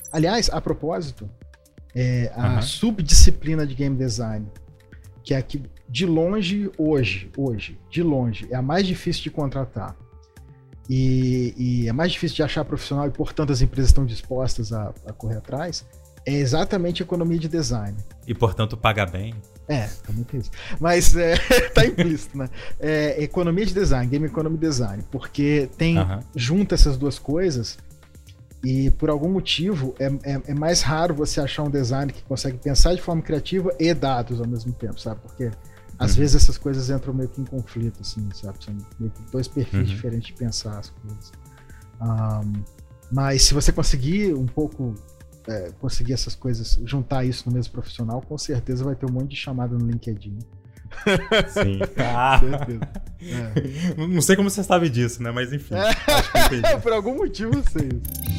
Aliás, a propósito, a subdisciplina de game design, que é a que de longe, hoje, de longe, é a mais difícil de contratar. E é mais difícil de achar profissional e, portanto, as empresas estão dispostas a correr atrás, é exatamente a economia de design. E, portanto, paga bem. Também tem isso. Mas tá implícito, né? Economia de design, game economy design, porque junta essas duas coisas e, por algum motivo, é mais raro você achar um design que consegue pensar de forma criativa e dados ao mesmo tempo, sabe? Porque às vezes essas coisas entram meio que em conflito, assim, sabe? São meio que dois perfis diferentes de pensar as coisas. Mas se você conseguir um pouco conseguir essas coisas, juntar isso no mesmo profissional, com certeza vai ter um monte de chamada no LinkedIn. Sim. Não sei como você sabe disso, né? Mas enfim. Acho que entendi. Por algum motivo eu sei isso.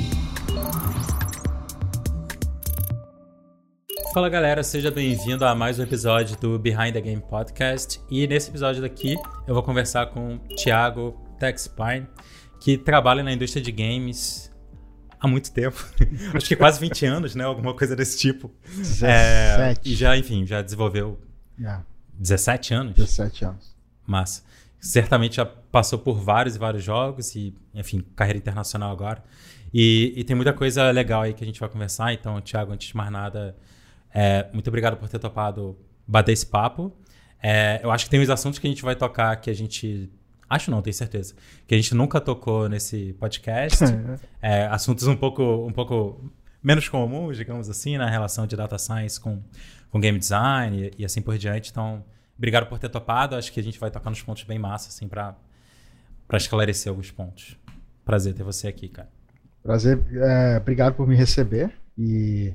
Fala galera, seja bem-vindo a mais um episódio do Behind the Game Podcast. E nesse episódio daqui eu vou conversar com o Thiago Texpine, que trabalha na indústria de games há muito tempo. Acho que quase 20 anos, né? Alguma coisa desse tipo. 17. E já desenvolveu 17 anos? 17 anos. Massa. Certamente já passou por vários e vários jogos e, enfim, carreira internacional agora. E tem muita coisa legal aí que a gente vai conversar. Então, Thiago, antes de mais nada, muito obrigado por ter topado bater esse papo. Eu acho que tem uns assuntos que a gente vai tocar que a gente... Acho não, tenho certeza. Que a gente nunca tocou nesse podcast. Assuntos um pouco menos comuns, digamos assim, na relação de data science com game design e assim por diante. Então, obrigado por ter topado. Acho que a gente vai tocar nos pontos bem massa, assim, para esclarecer alguns pontos. Prazer ter você aqui, cara. Prazer. Obrigado por me receber. E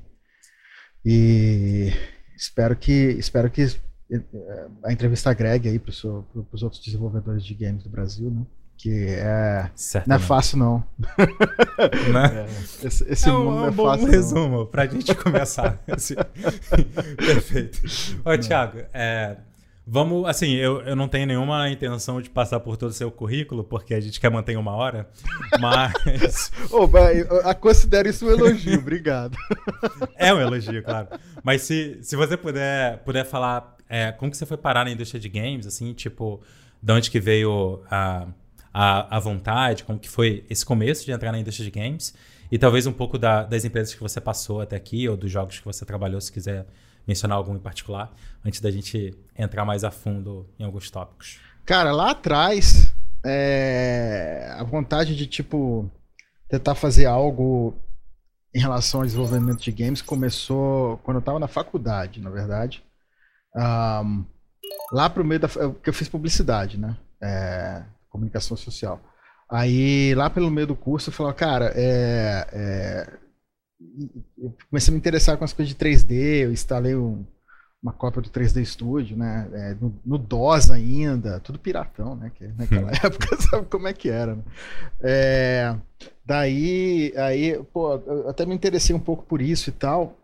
espero que a entrevista agregue aí para os outros desenvolvedores de games do Brasil, né? Que não é fácil, não. Esse mundo não é fácil. Um resumo para a gente começar. Perfeito. Ô, Thiago, vamos, assim, eu não tenho nenhuma intenção de passar por todo o seu currículo, porque a gente quer manter 1 hora, mas... Considero isso um elogio, obrigado. É um elogio, claro. Mas se você puder falar como que você foi parar na indústria de games, assim, tipo, de onde que veio a vontade, como que foi esse começo de entrar na indústria de games, e talvez um pouco das empresas que você passou até aqui, ou dos jogos que você trabalhou, se quiser mencionar algum em particular, antes da gente entrar mais a fundo em alguns tópicos. Cara, lá atrás, a vontade de, tipo, tentar fazer algo em relação ao desenvolvimento de games começou quando eu estava na faculdade, na verdade. Lá pro meio que eu fiz publicidade, né? Comunicação social. Aí, lá pelo meio do curso, eu falei, cara, eu comecei a me interessar com as coisas de 3D, eu instalei uma cópia do 3D Studio, né? No DOS ainda, tudo piratão, né? Que naquela época, sabe como é que era, né? Daí, eu até me interessei um pouco por isso e tal.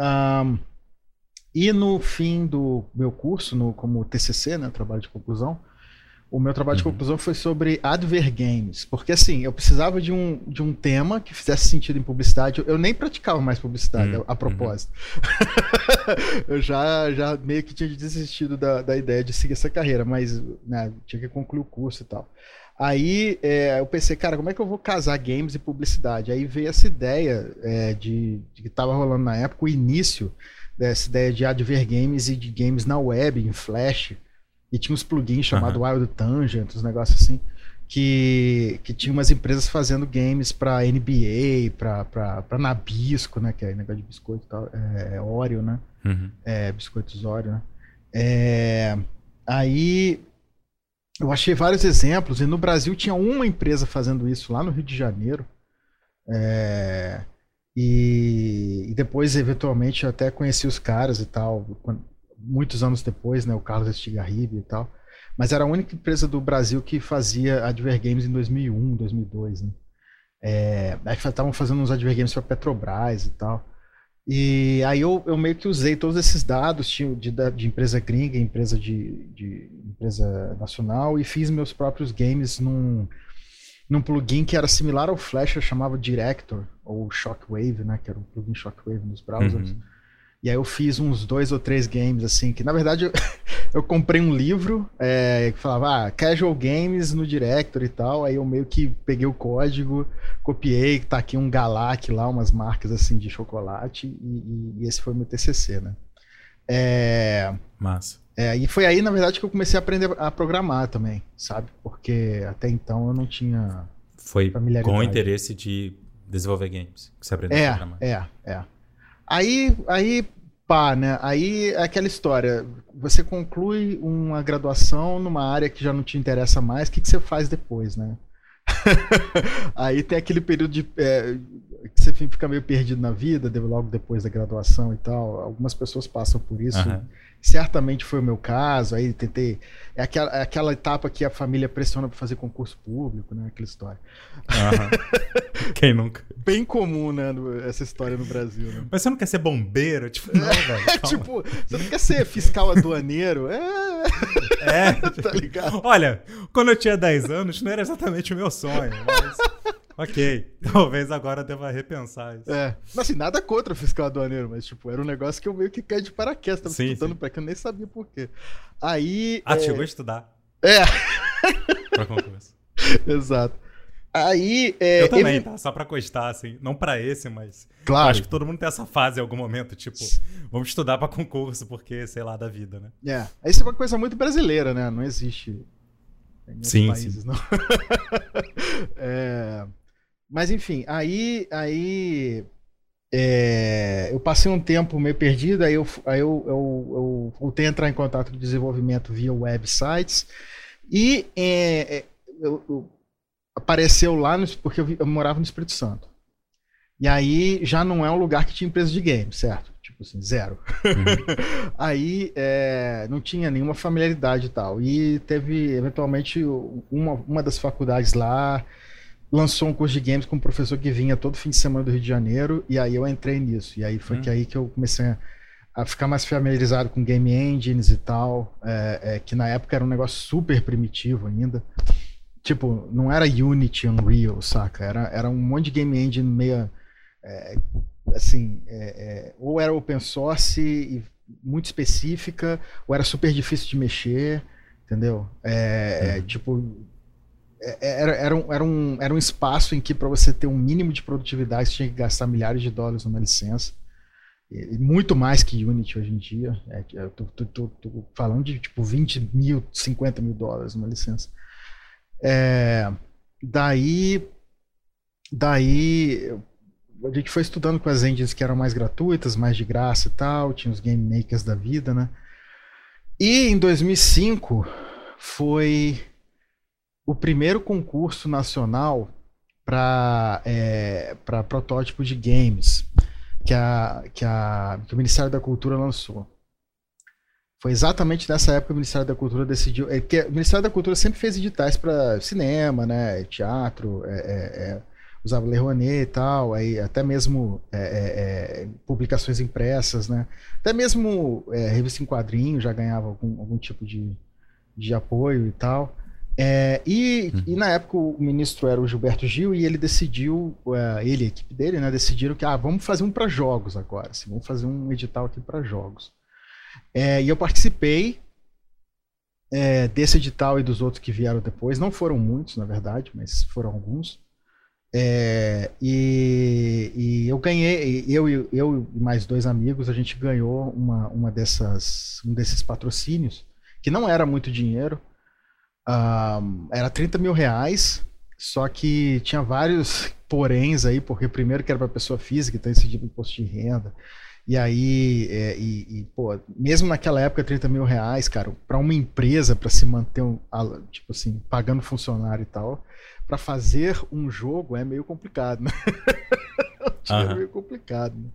E no fim do meu curso, como TCC, né, trabalho de conclusão, o meu trabalho de conclusão foi sobre adver games, porque assim, eu precisava de um tema que fizesse sentido em publicidade. Eu nem praticava mais publicidade, a propósito. Eu já meio que tinha desistido da ideia de seguir essa carreira, mas, né, tinha que concluir o curso e tal. Aí eu pensei, cara, como é que eu vou casar games e publicidade? Aí veio essa ideia de que estava rolando na época, o início dessa ideia de adver games e de games na web, em Flash, e tinha uns plugins chamados Wild Tangent, uns negócios assim, que tinha umas empresas fazendo games para NBA, para Nabisco, né, que é negócio de biscoito e tal, Oreo, né, biscoitos Oreo, né. Aí eu achei vários exemplos, e no Brasil tinha uma empresa fazendo isso lá no Rio de Janeiro, e depois, eventualmente, eu até conheci os caras e tal, muitos anos depois, né, o Carlos Estigarribia e tal, mas era a única empresa do Brasil que fazia adver games em 2001, 2002, né. Aí estavam fazendo uns adver games para Petrobras e tal, e aí eu meio que usei todos esses dados de empresa gringa, empresa nacional, e fiz meus próprios games num plugin que era similar ao Flash, chamava Director, ou Shockwave, né? Que era um plugin Shockwave nos browsers. E aí eu fiz uns 2 ou 3 games, assim, que na verdade eu comprei um livro que falava Casual Games no Director e tal, aí eu meio que peguei o código, copiei, taquei um Galac lá, umas marcas assim de chocolate, e esse foi o meu TCC, né? Massa. E foi aí, na verdade, que eu comecei a aprender a programar também, sabe? Porque até então eu não tinha familiaridade. Com o interesse de desenvolver games que você aprendeu a programar. Aí, pá, né? Aí é aquela história. Você conclui uma graduação numa área que já não te interessa mais, o que você faz depois, né? Aí tem aquele período que você fica meio perdido na vida, logo depois da graduação e tal. Algumas pessoas passam por isso. Certamente foi o meu caso. Aí tentei. É aquela etapa que a família pressiona para fazer concurso público, né? Aquela história. Quem nunca? Bem comum, né? Essa história no Brasil, né? Mas você não quer ser bombeiro? Tipo, não, velho. Tipo, você não quer ser fiscal aduaneiro? Tá ligado? Olha, quando eu tinha 10 anos, não era exatamente o meu sonho, mas. Ok, talvez agora eu deva repensar isso. Mas assim, nada contra o fiscal aduaneiro, mas tipo, era um negócio que eu meio que caí de paraquedas, tava estudando pra que eu nem sabia por quê. Aí... chegou a estudar. Pra concurso. Exato. Aí... eu também, tá? Só pra constar, assim, não pra esse, mas... Claro. Eu acho que todo mundo tem essa fase em algum momento, tipo, vamos estudar pra concurso, porque, sei lá, da vida, né? Isso é uma coisa muito brasileira, né? Não existe em outros países, não. Mas enfim, aí eu passei um tempo meio perdido, aí eu voltei a entrar em contato com desenvolvimento via websites e apareceu lá, porque eu morava no Espírito Santo. E aí já não é um lugar que tinha empresa de games, certo? Tipo assim, zero. Aí não tinha nenhuma familiaridade e tal. E teve, eventualmente, uma das faculdades lá lançou um curso de games com um professor que vinha todo fim de semana do Rio de Janeiro, e aí eu entrei nisso. E aí foi aí que eu comecei a ficar mais familiarizado com game engines e tal, que na época era um negócio super primitivo ainda. Tipo, não era Unity, Unreal, saca? Era um monte de game engine meio... ou era open source e muito específica, ou era super difícil de mexer, entendeu? Tipo... Era um espaço em que, para você ter um mínimo de produtividade, você tinha que gastar milhares de dólares numa licença. E muito mais que Unity hoje em dia. Eu tô falando de tipo 20 mil, 50 mil dólares numa licença. Daí a gente foi estudando com as engines que eram mais gratuitas, mais de graça e tal. Tinha os game makers da vida, né? E em 2005 foi o primeiro concurso nacional para protótipo de games que o Ministério da Cultura lançou. Foi exatamente nessa época que o Ministério da Cultura decidiu... Porque o Ministério da Cultura sempre fez editais para cinema, né, teatro, usava Lei Rouanet e tal, aí até mesmo publicações impressas, né? Até mesmo revista em quadrinhos já ganhava algum tipo de apoio e tal. E na época o ministro era o Gilberto Gil e ele decidiu, ele e a equipe dele, né, decidiram que vamos fazer um para jogos agora, assim, vamos fazer um edital aqui para jogos. E eu participei desse edital e dos outros que vieram depois. Não foram muitos, na verdade, mas foram alguns. E eu ganhei, eu e mais 2 amigos, a gente ganhou um desses patrocínios, que não era muito dinheiro. Era 30 mil reais, só que tinha vários poréns aí, porque primeiro que era para pessoa física, então incidido imposto de renda. E aí, pô, mesmo naquela época, 30 mil reais, cara, para uma empresa, para se manter, tipo assim, pagando funcionário e tal, para fazer um jogo é meio complicado, né? É meio complicado, né?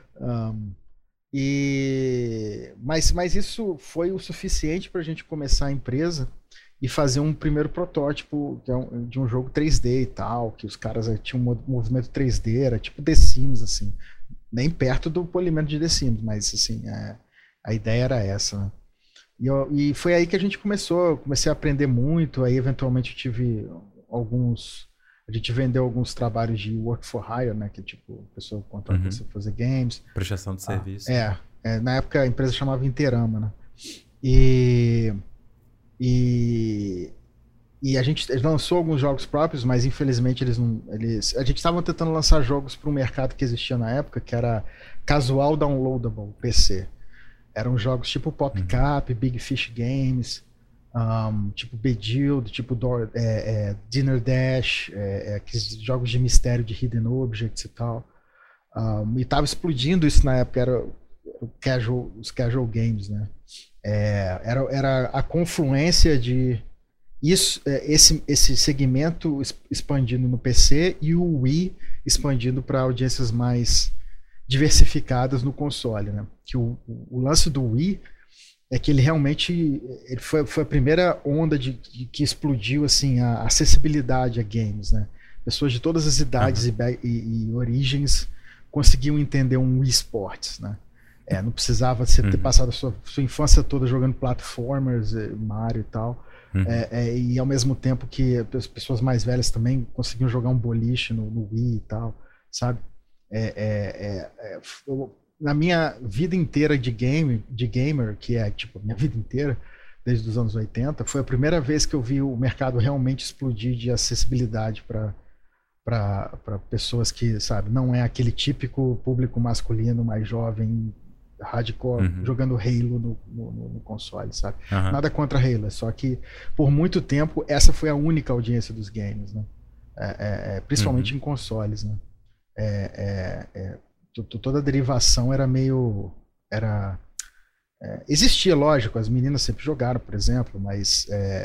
Mas isso foi o suficiente para a gente começar a empresa e fazer um primeiro protótipo de um jogo 3D e tal, que os caras tinham um movimento 3D, era tipo The Sims, assim. Nem perto do polimento de The Sims, mas assim, a ideia era essa, né? E foi aí que a gente comecei a aprender muito, aí eventualmente eu tive alguns A gente vendeu alguns trabalhos de work for hire, né? Que tipo, a pessoa contrata você pra fazer games. Prestação de serviço. Na época a empresa chamava Interama, né? E a gente lançou alguns jogos próprios, mas infelizmente a gente estava tentando lançar jogos para um mercado que existia na época, que era casual downloadable, PC. Eram jogos tipo PopCap, Big Fish Games, tipo Bejeweled, tipo Dinner Dash, aqueles jogos de mistério de Hidden Objects e tal. E tava explodindo isso na época, era os casual games, né? Era a confluência de esse segmento expandindo no PC e o Wii expandindo para audiências mais diversificadas no console, né? Que o lance do Wii é que ele realmente foi a primeira onda que explodiu assim a acessibilidade a games, né? Pessoas de todas as idades e origens conseguiam entender um Wii Sports, né? Não precisava você ter passado a sua infância toda jogando platformers, Mario e tal. E ao mesmo tempo que as pessoas mais velhas também conseguiam jogar um boliche no Wii e tal, sabe? Na minha vida inteira de gamer, que é tipo a minha vida inteira, desde os anos 80, foi a primeira vez que eu vi o mercado realmente explodir de acessibilidade para pessoas que, sabe, não é aquele típico público masculino mais jovem, hardcore, jogando Halo no console, sabe? Nada contra Halo, só que por muito tempo essa foi a única audiência dos games, né? Principalmente em consoles, né? Toda a derivação era meio... existia, lógico, as meninas sempre jogaram, por exemplo, mas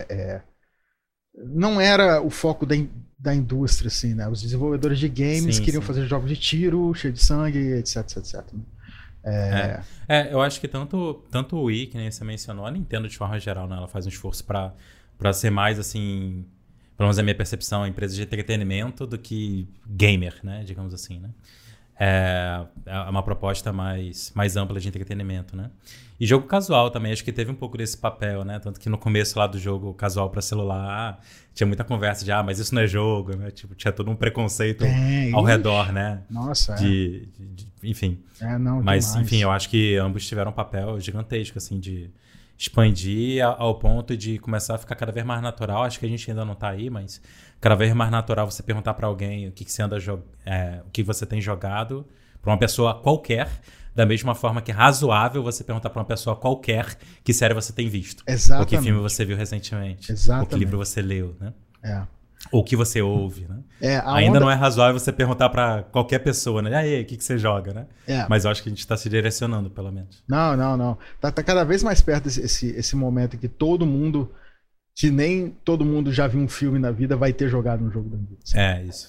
não era o foco da indústria, assim, né? Os desenvolvedores de games queriam fazer jogos de tiro, cheio de sangue, etc, etc, né? Eu acho que tanto o Wii, que nem você mencionou, a Nintendo de forma geral, né, ela faz um esforço pra ser mais, assim, pelo menos a minha percepção, empresa de entretenimento do que gamer, né, digamos assim, né. É uma proposta mais ampla de entretenimento, né. E jogo casual também, acho que teve um pouco desse papel, né, tanto que no começo lá do jogo casual para celular, tinha muita conversa de, mas isso não é jogo, né, tipo, tinha todo um preconceito ao redor, né. Nossa, enfim. Mas, demais. Enfim, eu acho que ambos tiveram um papel gigantesco, assim, de expandir ao ponto de começar a ficar cada vez mais natural. Acho que a gente ainda não tá aí, mas cada vez mais natural você perguntar para alguém o que você anda o que você tem jogado para uma pessoa qualquer, da mesma forma que é razoável você perguntar para uma pessoa qualquer que série você tem visto. Exatamente. Ou que filme você viu recentemente. Exatamente. Ou que livro você leu, né? Ou que você ouve, né? Ainda onda... não é razoável você perguntar pra qualquer pessoa, né? E aí, o que você joga, né? Mas eu acho que a gente tá se direcionando, pelo menos. Não. Tá cada vez mais perto esse momento em que todo mundo, se nem todo mundo já viu um filme na vida, vai ter jogado um jogo da vida. Sabe? Isso.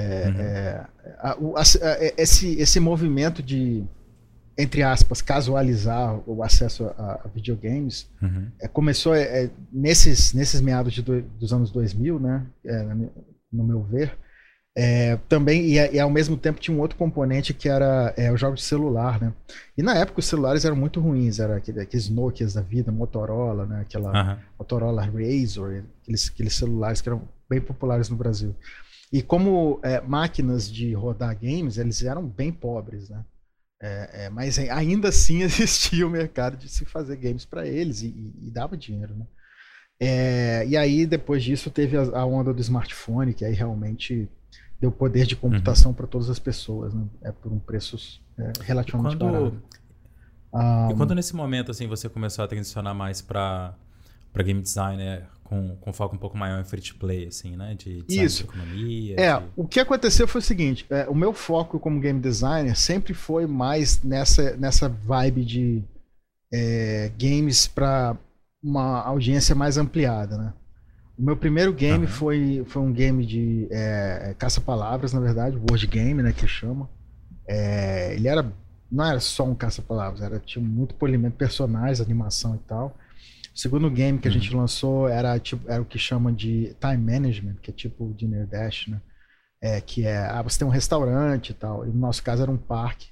Esse movimento de, entre aspas, casualizar o acesso a videogames começou nesses meados dos anos 2000, né? No meu ver. Também, e ao mesmo tempo tinha um outro componente que era os jogos de celular, né? E na época os celulares eram muito ruins, era aqueles Nokias da vida, Motorola, né? Aquela Motorola Razr, aqueles celulares que eram bem populares no Brasil. E como máquinas de rodar games, eles eram bem pobres, né? Mas ainda assim existia o mercado de se fazer games para eles e dava dinheiro, né? E aí depois disso teve a onda do smartphone, que aí realmente deu poder de computação para todas as pessoas, né? Por um preço relativamente barato. E quando nesse momento assim você começou a transicionar mais para game designer com foco um pouco maior em free to play, assim, né? De design de economia. O que aconteceu foi o seguinte: o meu foco como game designer sempre foi mais nessa vibe de games para uma audiência mais ampliada, né? O meu primeiro game foi um game de caça-palavras, na verdade, word game, né, que chama. Ele não era só um caça-palavras, tinha muito polimento de personagens, animação e tal. O segundo game que a gente lançou era o que chama de time management, que é tipo o Dinner Dash, né? Que você tem um restaurante e tal, e no nosso caso era um parque.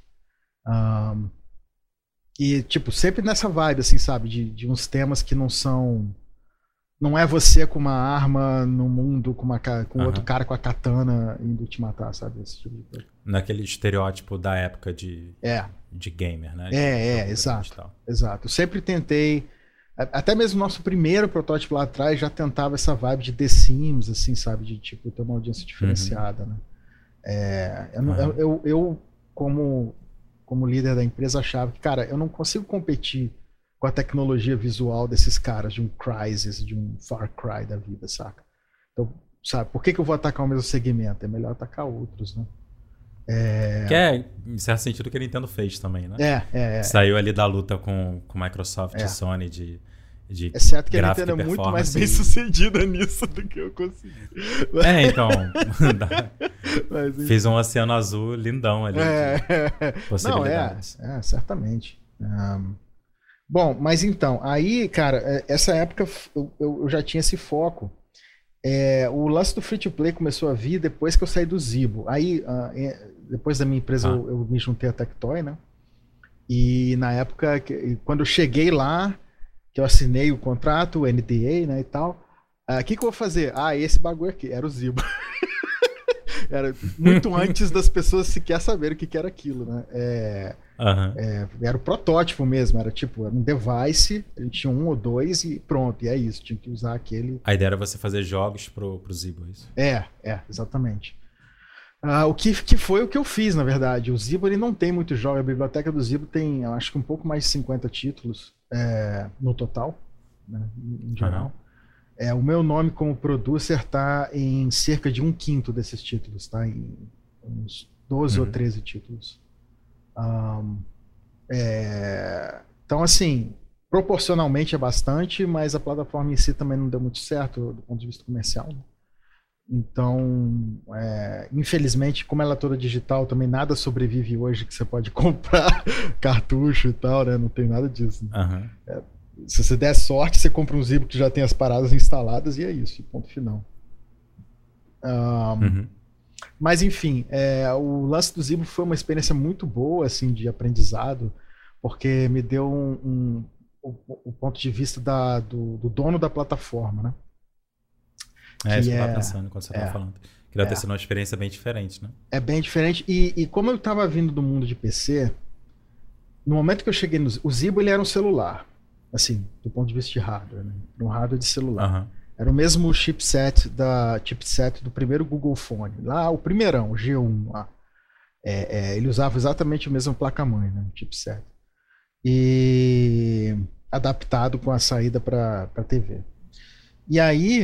E tipo, sempre nessa vibe, assim, sabe, de uns temas que não são não é você com uma arma no mundo, com outro Aham. cara com a katana indo te matar, sabe? Esse tipo de coisa. Naquele estereótipo da época É, de gamer, né? De jogo grande e exato. tal. Exato. Eu sempre tentei. Até mesmo o nosso primeiro protótipo lá atrás já tentava essa vibe de The Sims, assim, sabe? De tipo ter uma audiência diferenciada, né? Aham. Eu, como líder da empresa, achava que, cara, eu não consigo competir com a tecnologia visual desses caras, de um Crysis, de um Far Cry da vida, saca? Então, sabe, por que eu vou atacar o mesmo segmento? É melhor atacar outros, né? Que é, em certo sentido, o que a Nintendo fez também, né? É. Saiu ali da luta com Microsoft e É. Sony de Exceto que a gráfico Nintendo e é muito mais performance. bem sucedida nisso do que eu consegui. Então. Mas, enfim. Fez um oceano azul lindão ali de Não, possibilidades. certamente. Bom, mas então, aí, cara, essa época eu já tinha esse foco. O lance do free-to-play começou a vir depois que eu saí do Zibo. Aí, depois da minha empresa, eu me juntei a Tectoy, né? E na época, quando eu cheguei lá, que eu assinei o contrato, o NDA, né, e tal, o que eu vou fazer? Esse bagulho aqui, era o Zibo. Era muito antes das pessoas sequer saberem o que era aquilo, né? Era o protótipo mesmo, era um device, a gente tinha um ou dois e pronto, e é isso, tinha que usar aquele. A ideia era você fazer jogos pro Zibo, é isso? Exatamente. O que foi o que eu fiz, na verdade. O Zibo ele não tem muitos jogos, a biblioteca do Zibo tem, eu acho que um pouco mais de 50 títulos no total, né, em geral. O meu nome como producer está em cerca de 1/5 desses títulos, tá? Em uns 12 ou 13 títulos. Então, assim, proporcionalmente é bastante, mas a plataforma em si também não deu muito certo do ponto de vista comercial. Né? Então, infelizmente, como ela é toda digital, também nada sobrevive hoje que você pode comprar cartucho e tal, né? Não tem nada disso. Né? Se você der sorte, você compra um Zibo que já tem as paradas instaladas e é isso, ponto final. Mas enfim, o lance do Zibo foi uma experiência muito boa assim, de aprendizado, porque me deu o ponto de vista do dono da plataforma, né? Isso que eu estava pensando quando você estava falando. Que deve ter sido uma experiência bem diferente, né? É bem diferente. E como eu estava vindo do mundo de PC, no momento que eu cheguei o Zibo ele era um celular. Assim, do ponto de vista de hardware, né? Um hardware de celular. Era o mesmo chipset do primeiro Google Phone. Lá, o primeirão, o G1 lá. Ele usava exatamente o mesmo placa-mãe, né? chipset. E adaptado com a saída para TV. E aí,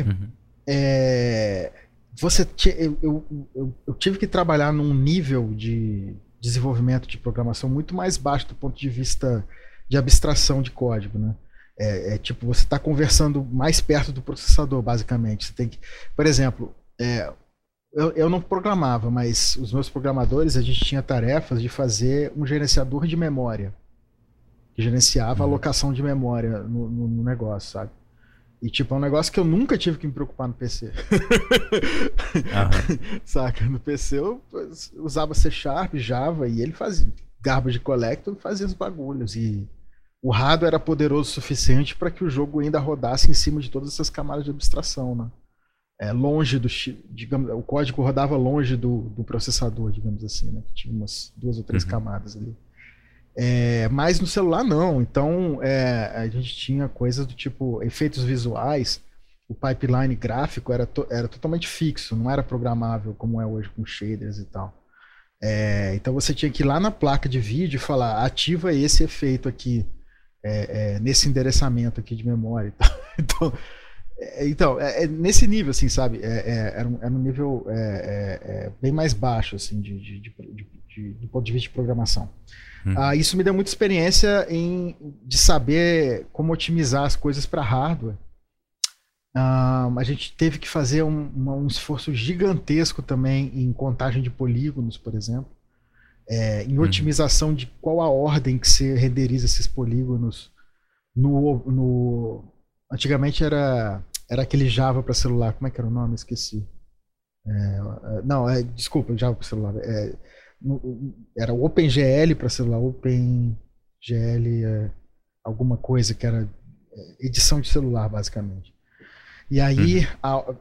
eu tive que trabalhar num nível de desenvolvimento de programação muito mais baixo do ponto de vista de abstração de código, né? Tipo, você está conversando mais perto do processador, basicamente. Você tem que, por exemplo, eu não programava, mas os meus programadores, a gente tinha tarefas de fazer um gerenciador de memória, que gerenciava a alocação de memória no negócio, sabe? E tipo, é um negócio que eu nunca tive que me preocupar no PC. Saca? No PC eu usava C#, Java, e ele fazia garbage collector, fazia os bagulhos. E o hardware era poderoso o suficiente para que o jogo ainda rodasse em cima de todas essas camadas de abstração, né? Longe digamos, o código rodava longe do processador, digamos assim, né? Que tinha umas 2 ou 3 camadas ali. Mas no celular não, então a gente tinha coisas do tipo efeitos visuais, o pipeline gráfico era totalmente fixo, não era programável como é hoje com shaders e tal. Então você tinha que ir lá na placa de vídeo e falar, ativa esse efeito aqui, nesse endereçamento aqui de memória e tal. Então, nesse nível, assim, sabe, era um nível bem mais baixo, assim, do ponto de vista de programação. Isso me deu muita experiência de saber como otimizar as coisas para hardware. A gente teve que fazer um esforço gigantesco também em contagem de polígonos, por exemplo, em otimização de qual a ordem que se renderiza esses polígonos. Antigamente era aquele Java para celular, como é que era o nome? Esqueci. Desculpa, Java para celular. Era o OpenGL para celular, OpenGL, alguma coisa que era edição de celular, basicamente. E aí Uhum.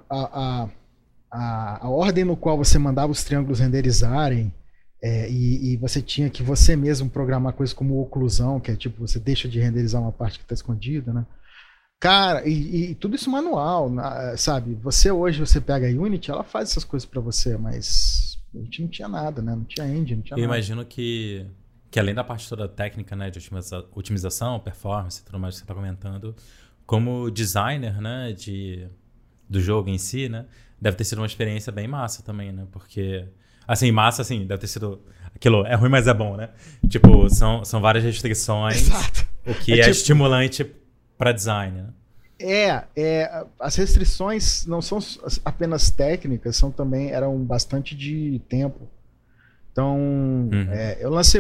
a ordem no qual você mandava os triângulos renderizarem, e você tinha que você mesmo programar coisas como oclusão, que é tipo, você deixa de renderizar uma parte que está escondida, né? Cara, e tudo isso manual, sabe? Você pega a Unity, ela faz essas coisas para você, mas a gente não tinha nada, né? Não tinha engine, não tinha Eu nada. imagino que além da parte toda técnica, né, de otimização, performance e tudo mais que você está comentando, como designer, né, do jogo em si, né, deve ter sido uma experiência bem massa também, né? Porque, assim, massa, assim, deve ter sido... Aquilo é ruim, mas é bom, né? Tipo, são várias restrições, Exato. o que É é tipo, estimulante para design, né? as restrições não são apenas técnicas, eram bastante de tempo. Então, Uhum. eu lancei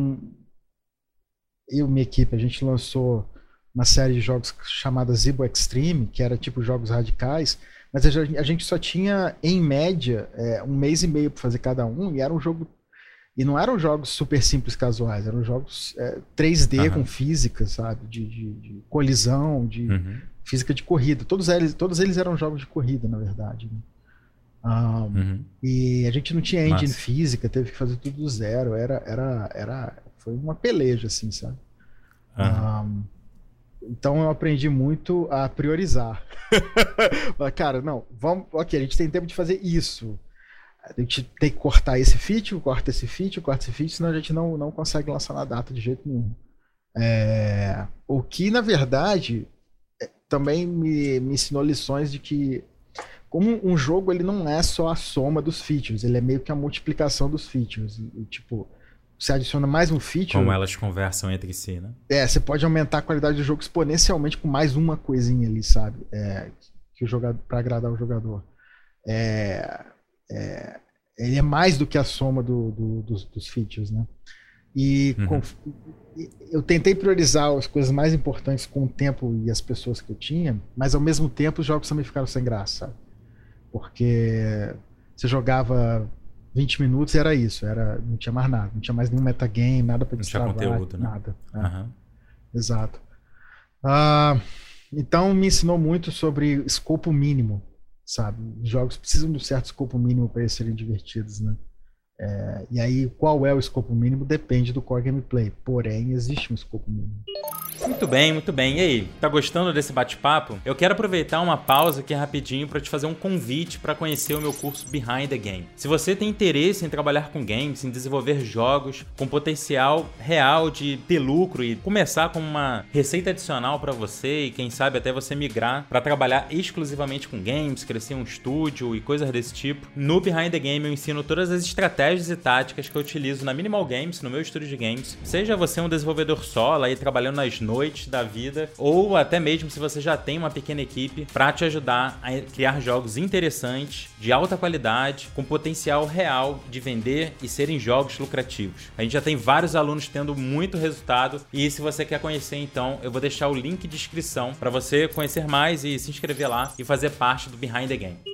eu e minha equipe, a gente lançou uma série de jogos chamada Zibo Extreme, que era tipo jogos radicais, mas a gente só tinha, em média, 1 mês e meio para fazer cada um, e não eram jogos super simples casuais, eram jogos 3D com Aham. física, sabe? De colisão, de Uhum. física de corrida. Todos eles eram jogos de corrida, na verdade. Né? Uhum. E a gente não tinha engine Massa. física, teve que fazer tudo do zero. Foi uma peleja, assim, sabe? Aham. Então eu aprendi muito a priorizar. Cara, não, ok, a gente tem tempo de fazer isso. A gente tem que cortar esse feature, corta esse feature, corta esse feature, senão a gente não consegue lançar na data de jeito nenhum. O que, na verdade, também me ensinou lições de que como um jogo ele não é só a soma dos features, ele é meio que a multiplicação dos features. Tipo, você adiciona mais um Como feature, elas conversam entre si, né? você pode aumentar a qualidade do jogo exponencialmente com mais uma coisinha ali, sabe? Que o jogador, para agradar o jogador. É, ele é mais do que a soma dos features, né? E Uhum. eu tentei priorizar as coisas mais importantes com o tempo e as pessoas que eu tinha, mas ao mesmo tempo os jogos também ficaram sem graça, sabe? Porque você jogava 20 minutos e era isso, não tinha mais nada, não tinha mais nenhum metagame, nada para Não tinha destravar, conteúdo, né? nada. Aham. Exato. Ah, então me ensinou muito sobre escopo mínimo, sabe? Os jogos precisam de um certo escopo mínimo para eles serem divertidos, né? E aí, qual é o escopo mínimo depende do core gameplay. Porém, existe um escopo mínimo. Muito bem, muito bem. E aí, tá gostando desse bate-papo? Eu quero aproveitar uma pausa aqui rapidinho para te fazer um convite para conhecer o meu curso Behind the Game. Se você tem interesse em trabalhar com games, em desenvolver jogos com potencial real de ter lucro e começar como uma receita adicional para você e quem sabe até você migrar para trabalhar exclusivamente com games, crescer um estúdio e coisas desse tipo, no Behind the Game eu ensino todas as estratégias e táticas que eu utilizo na Minimal Games, no meu estúdio de games. Seja você um desenvolvedor solo aí trabalhando nas noites da vida, ou até mesmo se você já tem uma pequena equipe para te ajudar a criar jogos interessantes, de alta qualidade, com potencial real de vender e serem jogos lucrativos. A gente já tem vários alunos tendo muito resultado e se você quer conhecer então, eu vou deixar o link de inscrição para você conhecer mais e se inscrever lá e fazer parte do Behind the Game.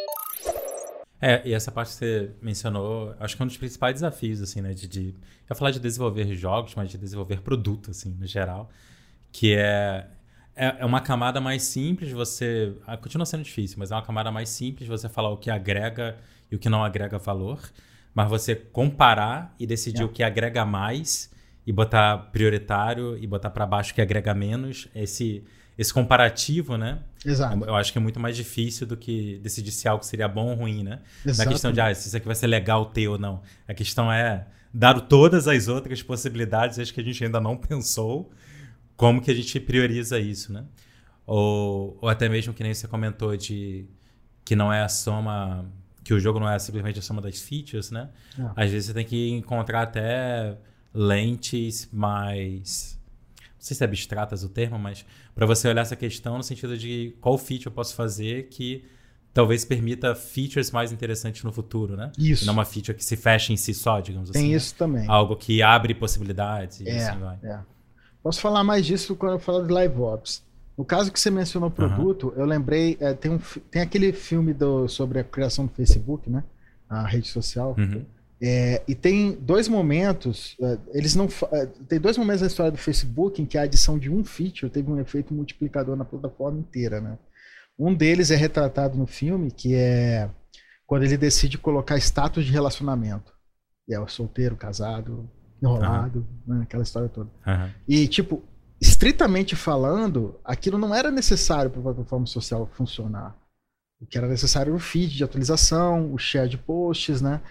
E essa parte que você mencionou, acho que é um dos principais desafios, assim, né, eu ia falar de desenvolver jogos, mas de desenvolver produto, assim, no geral, que é uma camada mais simples, continua sendo difícil, mas é uma camada mais simples você falar o que agrega e o que não agrega valor, mas você comparar e decidir o que agrega mais e botar prioritário e botar para baixo o que agrega menos, esse comparativo, né? Exato. Eu acho que é muito mais difícil do que decidir se algo seria bom ou ruim, né? Na Exato. questão de se isso aqui vai ser legal ter ou não. A questão é, dado todas as outras possibilidades, acho que a gente ainda não pensou como que a gente prioriza isso, né? Ou até mesmo que nem você comentou de que não é a soma, que o jogo não é simplesmente a soma das features, né? Às vezes você tem que encontrar até lentes mais... Não sei se é abstratas o termo, mas para você olhar essa questão no sentido de qual feature eu posso fazer que talvez permita features mais interessantes no futuro, né? Isso. E não uma feature que se fecha em si só, digamos assim. Tem isso também. Algo que abre possibilidades e assim vai. Posso falar mais disso quando eu falar de Live Ops. No caso que você mencionou o produto, eu lembrei, tem aquele filme sobre a criação do Facebook, né? A rede social. Uhum. E tem dois momentos, tem dois momentos na história do Facebook em que a adição de um feature teve um efeito multiplicador na plataforma inteira, né? Um deles é retratado no filme, que é quando ele decide colocar status de relacionamento. E é o solteiro, casado, enrolado, né, aquela história toda. E, tipo, estritamente falando, aquilo não era necessário para a plataforma social funcionar. O que era necessário era o feed de atualização, o share de posts, né?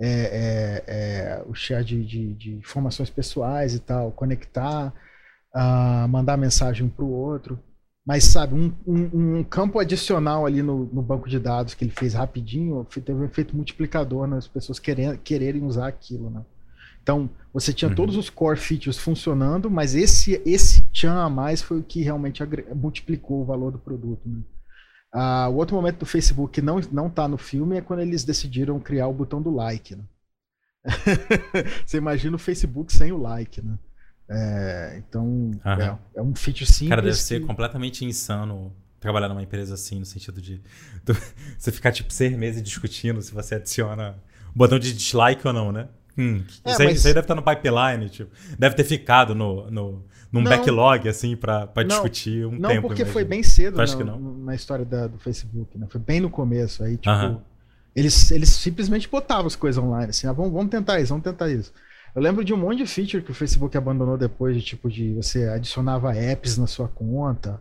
O share de informações pessoais e tal, conectar, mandar mensagem para o outro. Mas, sabe, um campo adicional ali no banco de dados que ele fez rapidinho teve um efeito multiplicador nas pessoas quererem usar aquilo, né? Então, você tinha todos os core features funcionando, mas esse tchan a mais foi o que realmente multiplicou o valor do produto, né? O outro momento do Facebook que não tá no filme é quando eles decidiram criar o botão do like, né? Você imagina o Facebook sem o like, né? Então, é um feature simples. Cara, deve ser completamente insano trabalhar numa empresa assim, no sentido de você ficar tipo 6 meses discutindo se você adiciona o botão de dislike ou não, né? Isso aí deve estar no pipeline, tipo, deve ter ficado num backlog, assim, pra discutir tempo. Não, porque foi bem cedo na história do Facebook, né? Foi bem no começo. Aí, tipo, eles simplesmente botavam as coisas online, assim, vamos tentar isso. Eu lembro de um monte de feature que o Facebook abandonou depois, de você adicionava apps na sua conta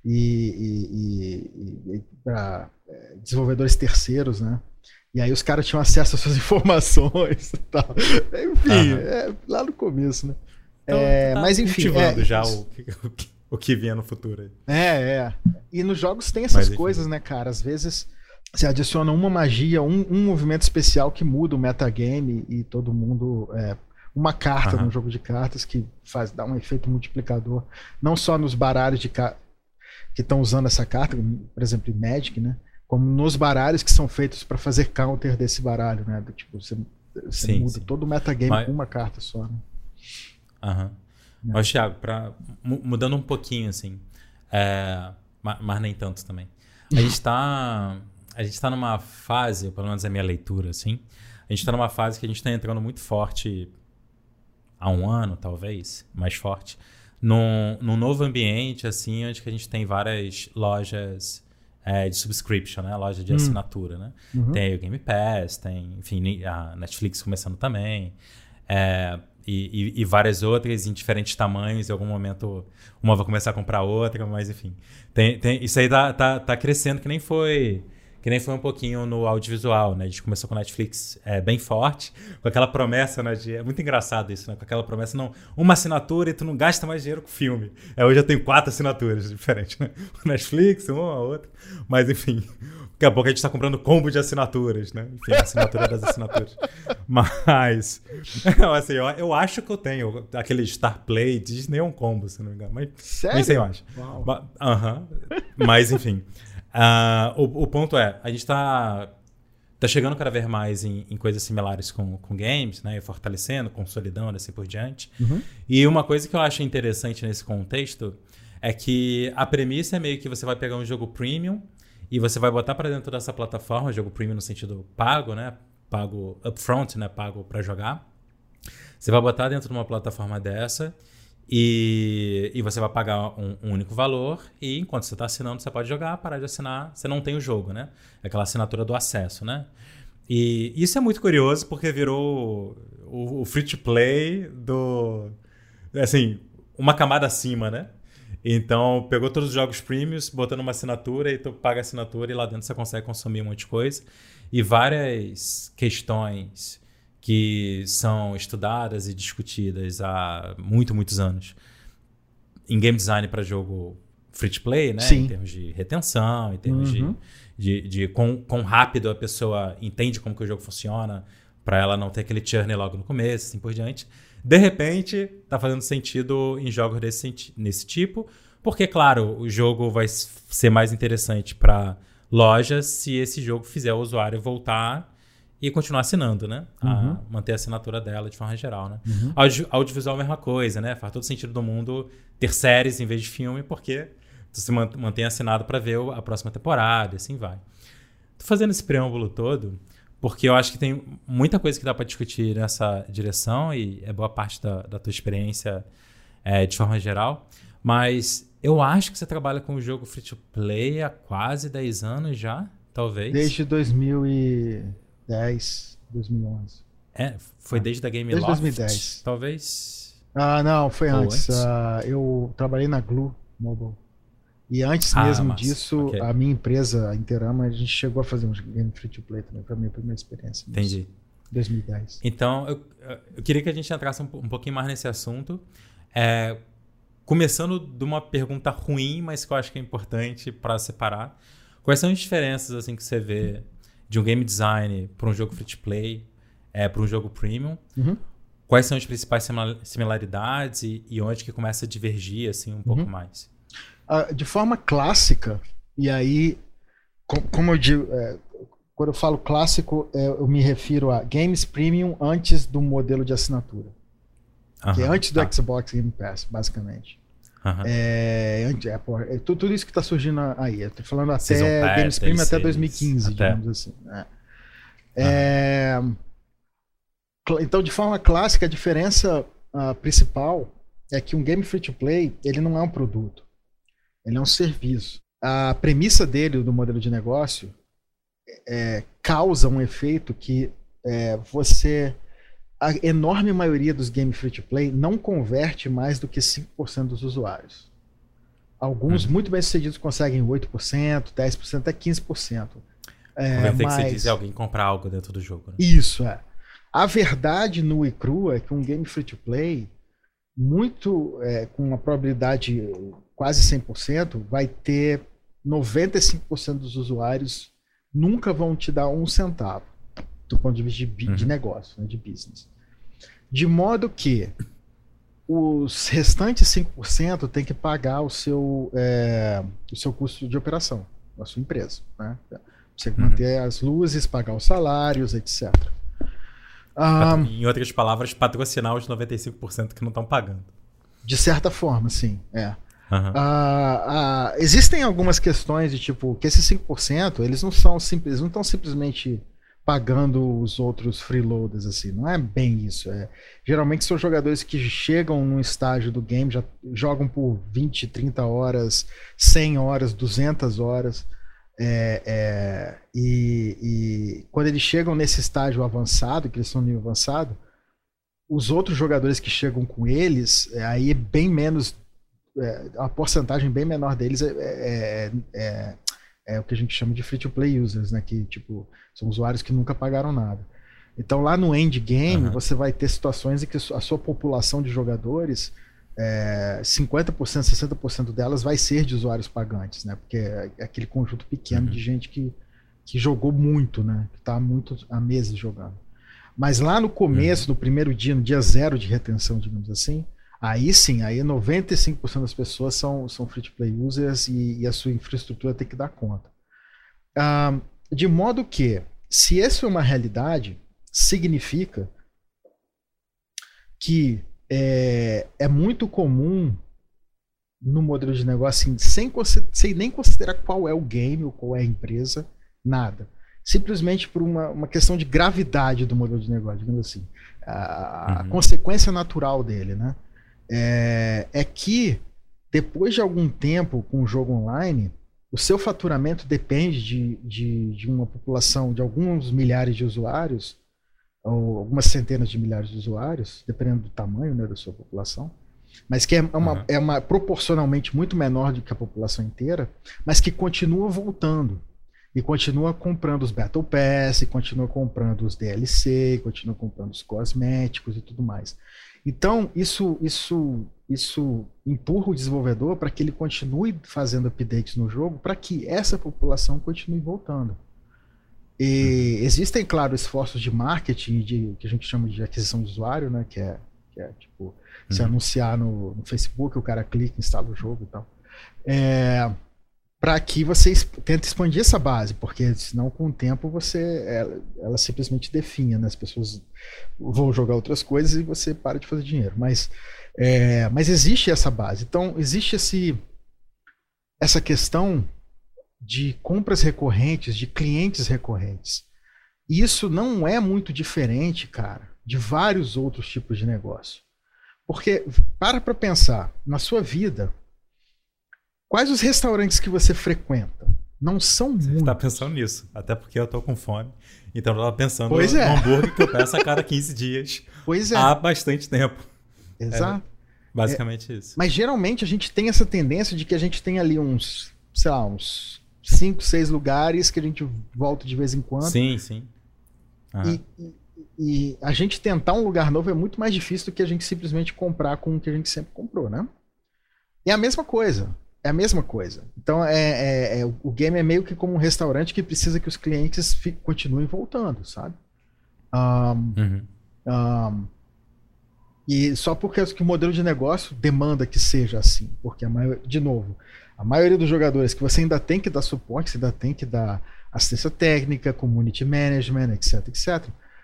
e para desenvolvedores terceiros, né? E aí os caras tinham acesso às suas informações e tal. Enfim, lá no começo, né? Então, mas enfim. Cultivando já o que vinha no futuro aí. E nos jogos tem essas coisas, né, cara? Às vezes você adiciona uma magia, um movimento especial que muda o metagame e todo mundo... uma carta num jogo de cartas que dá um efeito multiplicador. Não só nos baralhos que estão usando essa carta, por exemplo, em Magic, né? Como nos baralhos que são feitos para fazer counter desse baralho, né? Tipo, você muda todo o metagame com uma carta só, né? Mas, Thiago, mudando um pouquinho, assim, mas nem tanto também. A gente tá numa fase, pelo menos é a minha leitura, assim, a gente tá numa fase que a gente tá entrando muito forte, há um ano, talvez, mais forte, num novo ambiente, assim, onde que a gente tem várias lojas... de subscription, né? Loja de assinatura, né? Tem o Game Pass, tem, enfim, a Netflix começando também, e várias outras em diferentes tamanhos. Em algum momento uma vai começar a comprar outra, mas enfim. Isso aí tá crescendo, que nem foi um pouquinho no audiovisual, né? A gente começou com a Netflix bem forte, com aquela promessa, né? É muito engraçado isso, né? Com aquela promessa, não, uma assinatura e tu não gasta mais dinheiro com filme. Hoje eu tenho 4 assinaturas diferentes, né? Netflix, uma, outra. Mas, enfim, daqui a pouco a gente tá comprando combo de assinaturas, né? Enfim, a assinatura das assinaturas. Mas, assim, eu acho que eu tenho aquele Star Play, Disney é um combo, se não me engano. Mas, sério? Nem sei, eu acho. Mas, enfim... o ponto a gente tá chegando cada vez mais em coisas similares com games, né? Fortalecendo, consolidando, assim por diante. E uma coisa que eu acho interessante nesse contexto é que a premissa é meio que você vai pegar um jogo premium e você vai botar para dentro dessa plataforma, jogo premium no sentido pago, né? Pago upfront, né? Pago para jogar. Você vai botar dentro de uma plataforma dessa e você vai pagar um único valor e enquanto você está assinando, você pode jogar, parar de assinar, você não tem o jogo, né? Aquela assinatura do acesso, né? E isso é muito curioso porque virou o free-to-play assim, uma camada acima, né? Então, pegou todos os jogos premiums, botando uma assinatura e tu paga a assinatura e lá dentro você consegue consumir um monte de coisa. E várias questões que são estudadas e discutidas há muitos anos em game design para jogo free-to-play, né? Sim. Em termos de retenção, em termos de quão rápido a pessoa entende como que o jogo funciona para ela não ter aquele churn logo no começo, assim por diante. De repente, tá fazendo sentido em jogos nesse tipo, porque, claro, o jogo vai ser mais interessante para lojas se esse jogo fizer o usuário voltar e continuar assinando, né? Manter a assinatura dela de forma geral, né? Audiovisual é a mesma coisa, né? Faz todo sentido do mundo ter séries em vez de filme, porque tu se mantém assinado para ver a próxima temporada e assim vai. Tô fazendo esse preâmbulo todo porque eu acho que tem muita coisa que dá para discutir nessa direção e é boa parte da tua experiência de forma geral. Mas eu acho que você trabalha com o jogo free-to-play há quase 10 anos já, talvez. Desde 2010, 2011. Foi desde a Game Desde Loft, 2010. talvez? Não, foi Ou antes. Eu trabalhei na Glu Mobile. E antes mesmo disso, okay. a minha empresa, a Interama, a gente chegou a fazer um game free-to-play também. Foi a minha primeira experiência. Entendi. 2010. Então, eu queria que a gente entrasse um pouquinho mais nesse assunto. Começando de uma pergunta ruim, mas que eu acho que é importante para separar. Quais são as diferenças assim, que você vê de um game design para um jogo free-to-play, para um jogo premium? Uhum. Quais são as principais similaridades e onde que começa a divergir assim, um pouco mais? De forma clássica, e aí, como eu digo, quando eu falo clássico, eu me refiro a games premium antes do modelo de assinatura. Que é antes do Xbox Game Pass, basicamente. Tudo isso que está surgindo aí. Eu estou falando até Games Premium até 2015, digamos assim. Então, de forma clássica, a diferença principal é que um game free-to-play, ele não é um produto. Ele é um serviço. A premissa dele, do modelo de negócio, causa um efeito que a enorme maioria dos games free-to-play não converte mais do que 5% dos usuários. Alguns muito bem sucedidos conseguem 8%, 10%, até 15%. Converter que você diz alguém comprar algo dentro do jogo. Né? Isso, A verdade nua e crua é que um game free-to-play, com uma probabilidade quase 100%, vai ter 95% dos usuários nunca vão te dar um centavo do ponto de vista de negócio, né, de business. De modo que os restantes 5% tem que pagar o seu custo de operação, a sua empresa. Né? Você manter as luzes, pagar os salários, etc. Em outras palavras, patrocinar os 95% que não estão pagando. De certa forma, sim. Existem algumas questões de tipo que esses 5% eles não estão simplesmente pagando os outros freeloaders, assim. Não é bem isso. Geralmente são jogadores que chegam num estágio do game, já jogam por 20, 30 horas, 100 horas, 200 horas. E quando eles chegam nesse estágio avançado, que eles estão no nível avançado, os outros jogadores que chegam com eles, aí bem menos, a porcentagem bem menor deles é o que a gente chama de free-to-play users, né? Que tipo, são usuários que nunca pagaram nada. Então lá no endgame você vai ter situações em que a sua população de jogadores, 50%, 60% delas vai ser de usuários pagantes, né? Porque é aquele conjunto pequeno de gente que jogou muito, né? Que está há meses jogando. Mas lá no começo, no primeiro dia, no dia zero de retenção, digamos assim, aí sim, aí 95% das pessoas são free-to-play users e a sua infraestrutura tem que dar conta. De modo que, se isso é uma realidade, significa que é muito comum no modelo de negócio, assim, sem nem considerar qual é o game ou qual é a empresa, nada. Simplesmente por uma questão de gravidade do modelo de negócio, digamos assim. A consequência natural dele, né? É que depois de algum tempo com o jogo online, o seu faturamento depende de uma população de alguns milhares de usuários, ou algumas centenas de milhares de usuários, dependendo do tamanho, né, da sua população, mas que é proporcionalmente muito menor do que a população inteira, mas que continua voltando. E continua comprando os Battle Pass, e continua comprando os DLC, e continua comprando os cosméticos e tudo mais. Então, isso empurra o desenvolvedor para que ele continue fazendo updates no jogo, para que essa população continue voltando. E existem, claro, esforços de marketing, que a gente chama de aquisição de usuário, né? Que é tipo, se anunciar no Facebook, o cara clica, instala o jogo e tal. Para que você tente expandir essa base, porque senão com o tempo ela simplesmente definha, né? As pessoas vão jogar outras coisas e você para de fazer dinheiro. Mas existe essa base. Então existe essa questão de compras recorrentes, de clientes recorrentes. E isso não é muito diferente, cara, de vários outros tipos de negócio. Porque para pensar, na sua vida, Quais os restaurantes que você frequenta? Não são Você muitos. tá pensando nisso. Até porque eu tô com fome. Então eu tava pensando Pois no é. hambúrguer que eu peço a cada 15 dias. Pois é. Há bastante tempo. Exato. Basicamente isso. Mas geralmente a gente tem essa tendência de que a gente tem ali uns, sei lá, uns 5, 6 lugares que a gente volta de vez em quando. Sim, sim. Aham. E a gente tentar um lugar novo é muito mais difícil do que a gente simplesmente comprar com o que a gente sempre comprou, né? É a mesma coisa. É a mesma coisa. Então, o game é meio que como um restaurante que precisa que os clientes continuem voltando, sabe? E só porque o modelo de negócio demanda que seja assim. Porque, de novo, a maioria dos jogadores que você ainda tem que dar suporte, você ainda tem que dar assistência técnica, community management, etc, etc.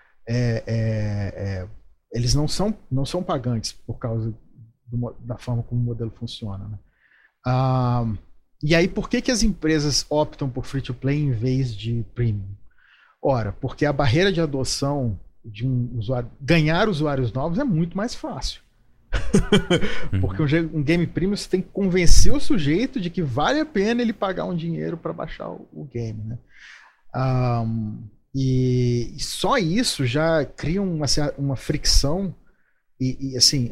Eles não são pagantes por causa da forma como o modelo funciona, né? E aí, por que as empresas optam por free-to-play em vez de premium? Ora, porque a barreira de adoção de um usuário, ganhar usuários novos é muito mais fácil. Porque um game premium você tem que convencer o sujeito de que vale a pena ele pagar um dinheiro para baixar o game, né? E só isso já cria uma fricção e assim,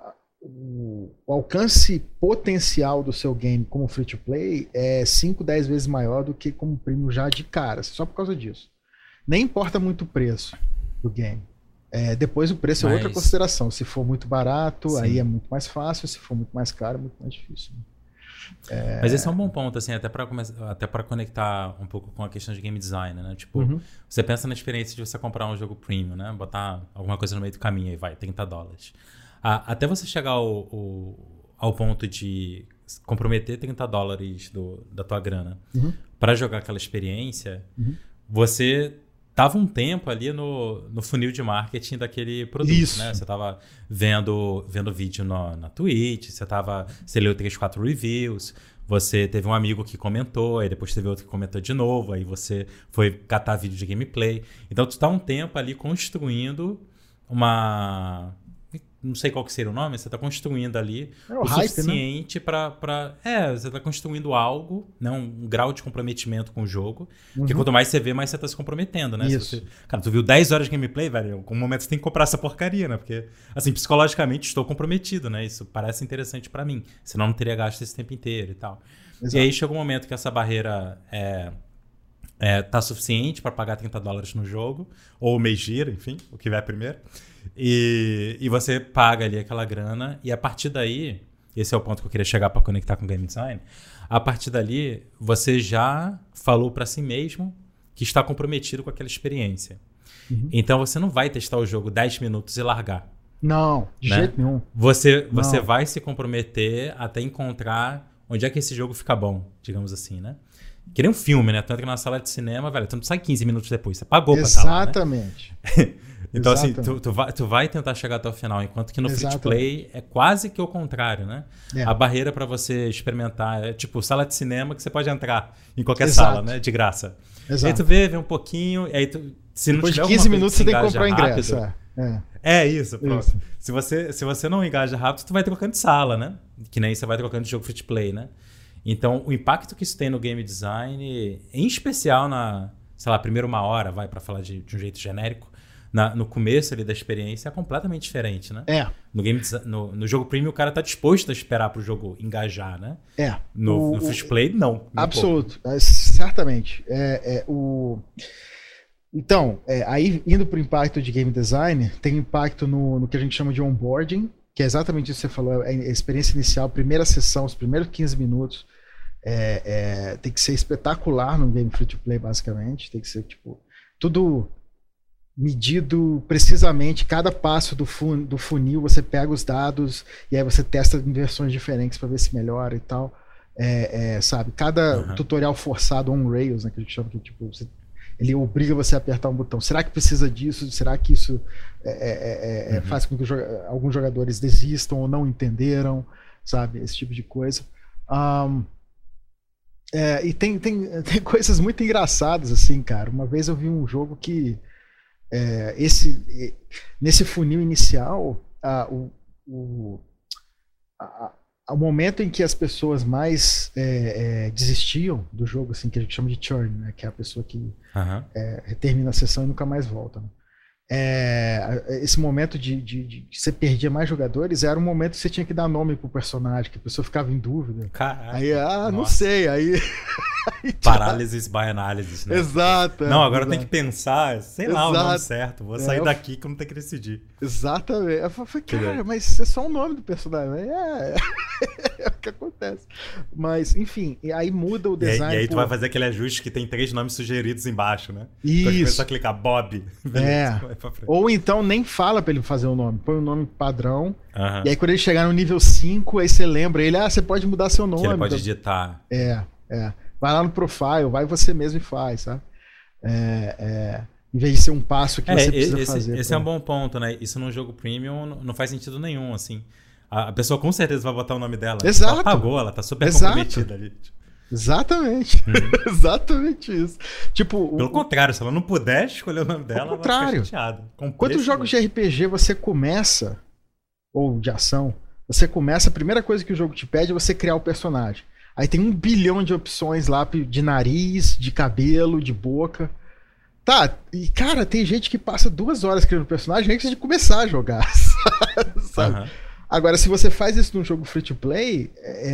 o alcance potencial do seu game como free-to-play é 5, 10 vezes maior do que como premium já de cara, só por causa disso. Nem importa muito o preço do game. Depois o preço é outra consideração. Se for muito barato, sim, aí é muito mais fácil. Se for muito mais caro, é muito mais difícil. Mas esse é um bom ponto, assim, até para conectar um pouco com a questão de game design, né? Tipo, você pensa na experiência de você comprar um jogo premium, né? Botar alguma coisa no meio do caminho e vai, $30. Até você chegar ao ponto de comprometer $30 da tua grana para jogar aquela experiência, você tava um tempo ali no funil de marketing daquele produto. Isso. Né? Você tava vendo vídeo na Twitch, você leu 3, 4 reviews, você teve um amigo que comentou, aí depois teve outro que comentou de novo, aí você foi catar vídeo de gameplay. Então tu tá um tempo ali construindo uma... Não sei qual que seria o nome, você está construindo ali o hype, suficiente, né? Você está construindo algo, né? Um grau de comprometimento com o jogo. Porque quanto mais você vê, mais você está se comprometendo, né? Isso. Cara, tu viu 10 horas de gameplay, velho, em algum momento você tem que comprar essa porcaria, né? Porque, assim, psicologicamente estou comprometido, né? Isso parece interessante para mim. Senão não teria gasto esse tempo inteiro e tal. Exato. E aí chega um momento que essa barreira tá suficiente para pagar $30 no jogo, ou o mês gira, enfim, o que vier primeiro. E você paga ali aquela grana, e a partir daí, esse é o ponto que eu queria chegar para conectar com o game design, a partir dali você já falou para si mesmo que está comprometido com aquela experiência. Então você não vai testar o jogo 10 minutos e largar. Não, de jeito nenhum. Você vai se comprometer até encontrar onde é que esse jogo fica bom, digamos assim, né? Que nem um filme, né? Tu entra na sala de cinema, velho, tu não sai 15 minutos depois, você pagou pra estar lá, né? Exatamente. Então, assim, tu vai tentar chegar até o final, enquanto que no free-to-play é quase que o contrário, né? A barreira para você experimentar é tipo sala de cinema que você pode entrar em qualquer sala, né? De graça. Exato. Aí tu vê um pouquinho, e aí se depois não de 15 minutos você tem que comprar o ingresso. Isso, pronto. Isso. Se você não engaja rápido, tu vai trocando de sala, né? Que nem você vai trocando de jogo free-to-play, né? Então, o impacto que isso tem no game design, em especial na, sei lá, primeira 1 hora, para falar de um jeito genérico, no começo ali da experiência é completamente diferente, né? No jogo premium o cara tá disposto a esperar pro jogo engajar, né? No free play, não. Absoluto. Certamente. Então, aí indo pro impacto de game design, tem impacto no que a gente chama de onboarding, que é exatamente isso que você falou, a experiência inicial, primeira sessão, os primeiros 15 minutos, tem que ser espetacular no game free-to-play, basicamente. Tem que ser, tipo, tudo medido precisamente, cada passo do funil, você pega os dados e aí você testa em versões diferentes para ver se melhora e tal. Sabe, cada tutorial forçado on rails, né, que a gente chama que, tipo, ele obriga você a apertar um botão. Será que precisa disso? Será que isso faz com que alguns jogadores desistam ou não entenderam? Sabe? Esse tipo de coisa. E tem coisas muito engraçadas, assim, cara. Uma vez eu vi um jogo que nesse funil inicial, o momento em que as pessoas mais desistiam do jogo, assim, que a gente chama de churn, né? Que é a pessoa que termina a sessão e nunca mais volta, né? Esse momento de você perdia mais jogadores era um momento que você tinha que dar nome pro personagem, que a pessoa ficava em dúvida. Caraca, aí, não sei, aí parálisis by analysis, né? Exato. Não, agora tem que pensar, sei lá o nome Exato. certo, vou sair daqui que eu não tenho que decidir. Exatamente. Eu falei, cara, mas é só o nome do personagem. É o que acontece. Mas, enfim, e aí muda o design. E aí tu vai fazer aquele ajuste que tem 3 nomes sugeridos embaixo, né? Isso. Então começa a clicar Bob. Beleza, vai pra frente. Ou então nem fala pra ele fazer o nome. Põe o nome padrão. E aí quando ele chegar no nível 5, aí você lembra ele, você pode mudar seu nome. Que ele pode digitar. Vai lá no profile, vai você mesmo e faz, sabe? Em vez de ser um passo que você precisa fazer. Esse é um bom ponto, né? Isso num jogo premium não faz sentido nenhum, assim. A pessoa com certeza vai botar o nome dela. Exato. Ela pagou, ela tá super comprometida ali. Exatamente. Exatamente isso. Tipo, pelo contrário, se ela não puder escolher o nome dela, ela vai ficar chateada. Quantos jogos de RPG você começa, ou de ação, você começa, a primeira coisa que o jogo te pede é você criar o personagem. Aí tem 1 bilhão de opções lá de nariz, de cabelo, de boca. Tá, e cara, tem gente que passa 2 horas criando personagem antes de começar a jogar, sabe? Agora, se você faz isso num jogo free to play,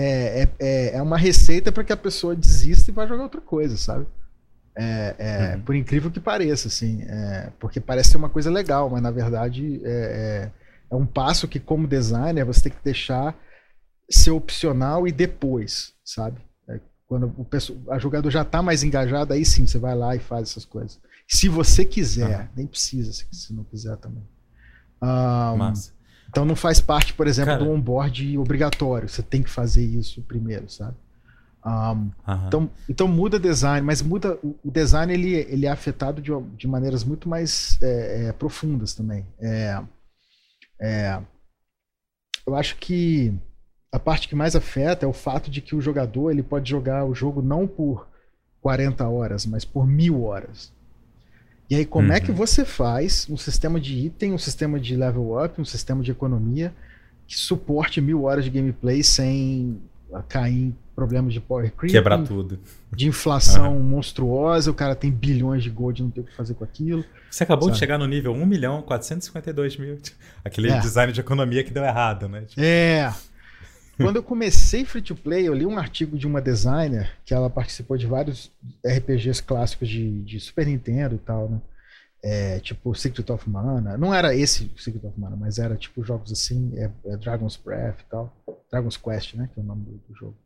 é uma receita para que a pessoa desista e vá jogar outra coisa, sabe? Por incrível que pareça, assim. Porque parece ser uma coisa legal, mas na verdade é um passo que, como designer, você tem que deixar ser opcional e depois, sabe? Quando a jogador já tá mais engajado, aí sim, você vai lá e faz essas coisas. Se você quiser, nem precisa, se não quiser também. Massa. Então não faz parte, por exemplo, do onboard obrigatório. Você tem que fazer isso primeiro, sabe? Então muda design, mas muda o design, ele é afetado de maneiras muito mais profundas também. Eu acho que a parte que mais afeta é o fato de que o jogador ele pode jogar o jogo não por 40 horas, mas por 1000 horas. E aí como é que você faz um sistema de item, um sistema de level up, um sistema de economia que suporte 1000 horas de gameplay sem cair em problemas de power creep, quebrar tudo, de inflação monstruosa, o cara tem bilhões de gold e não tem o que fazer com aquilo. Você acabou de chegar no nível 1.452.000. Aquele design de economia que deu errado, né? Quando eu comecei free to play, eu li um artigo de uma designer que ela participou de vários RPGs clássicos de Super Nintendo e tal, né? Tipo Secret of Mana. Não era esse Secret of Mana, mas era tipo jogos assim, Dragon's Breath e tal. Dragon's Quest, né? Que é o nome do jogo.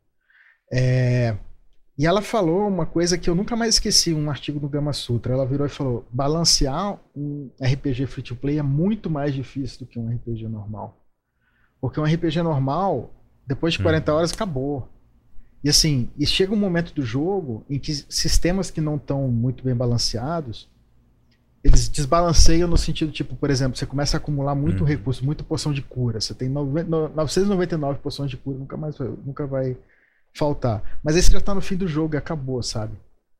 E ela falou uma coisa que eu nunca mais esqueci, um artigo do Gama Sutra. Ela virou e falou: balancear um RPG free to play é muito mais difícil do que um RPG normal. Porque um RPG normal, depois de 40 horas, acabou. E assim, chega um momento do jogo em que sistemas que não estão muito bem balanceados, eles desbalanceiam no sentido, tipo, por exemplo, você começa a acumular muito recurso, muita poção de cura. Você tem 999 poções de cura, nunca vai faltar. Mas aí você já tá no fim do jogo e acabou, sabe?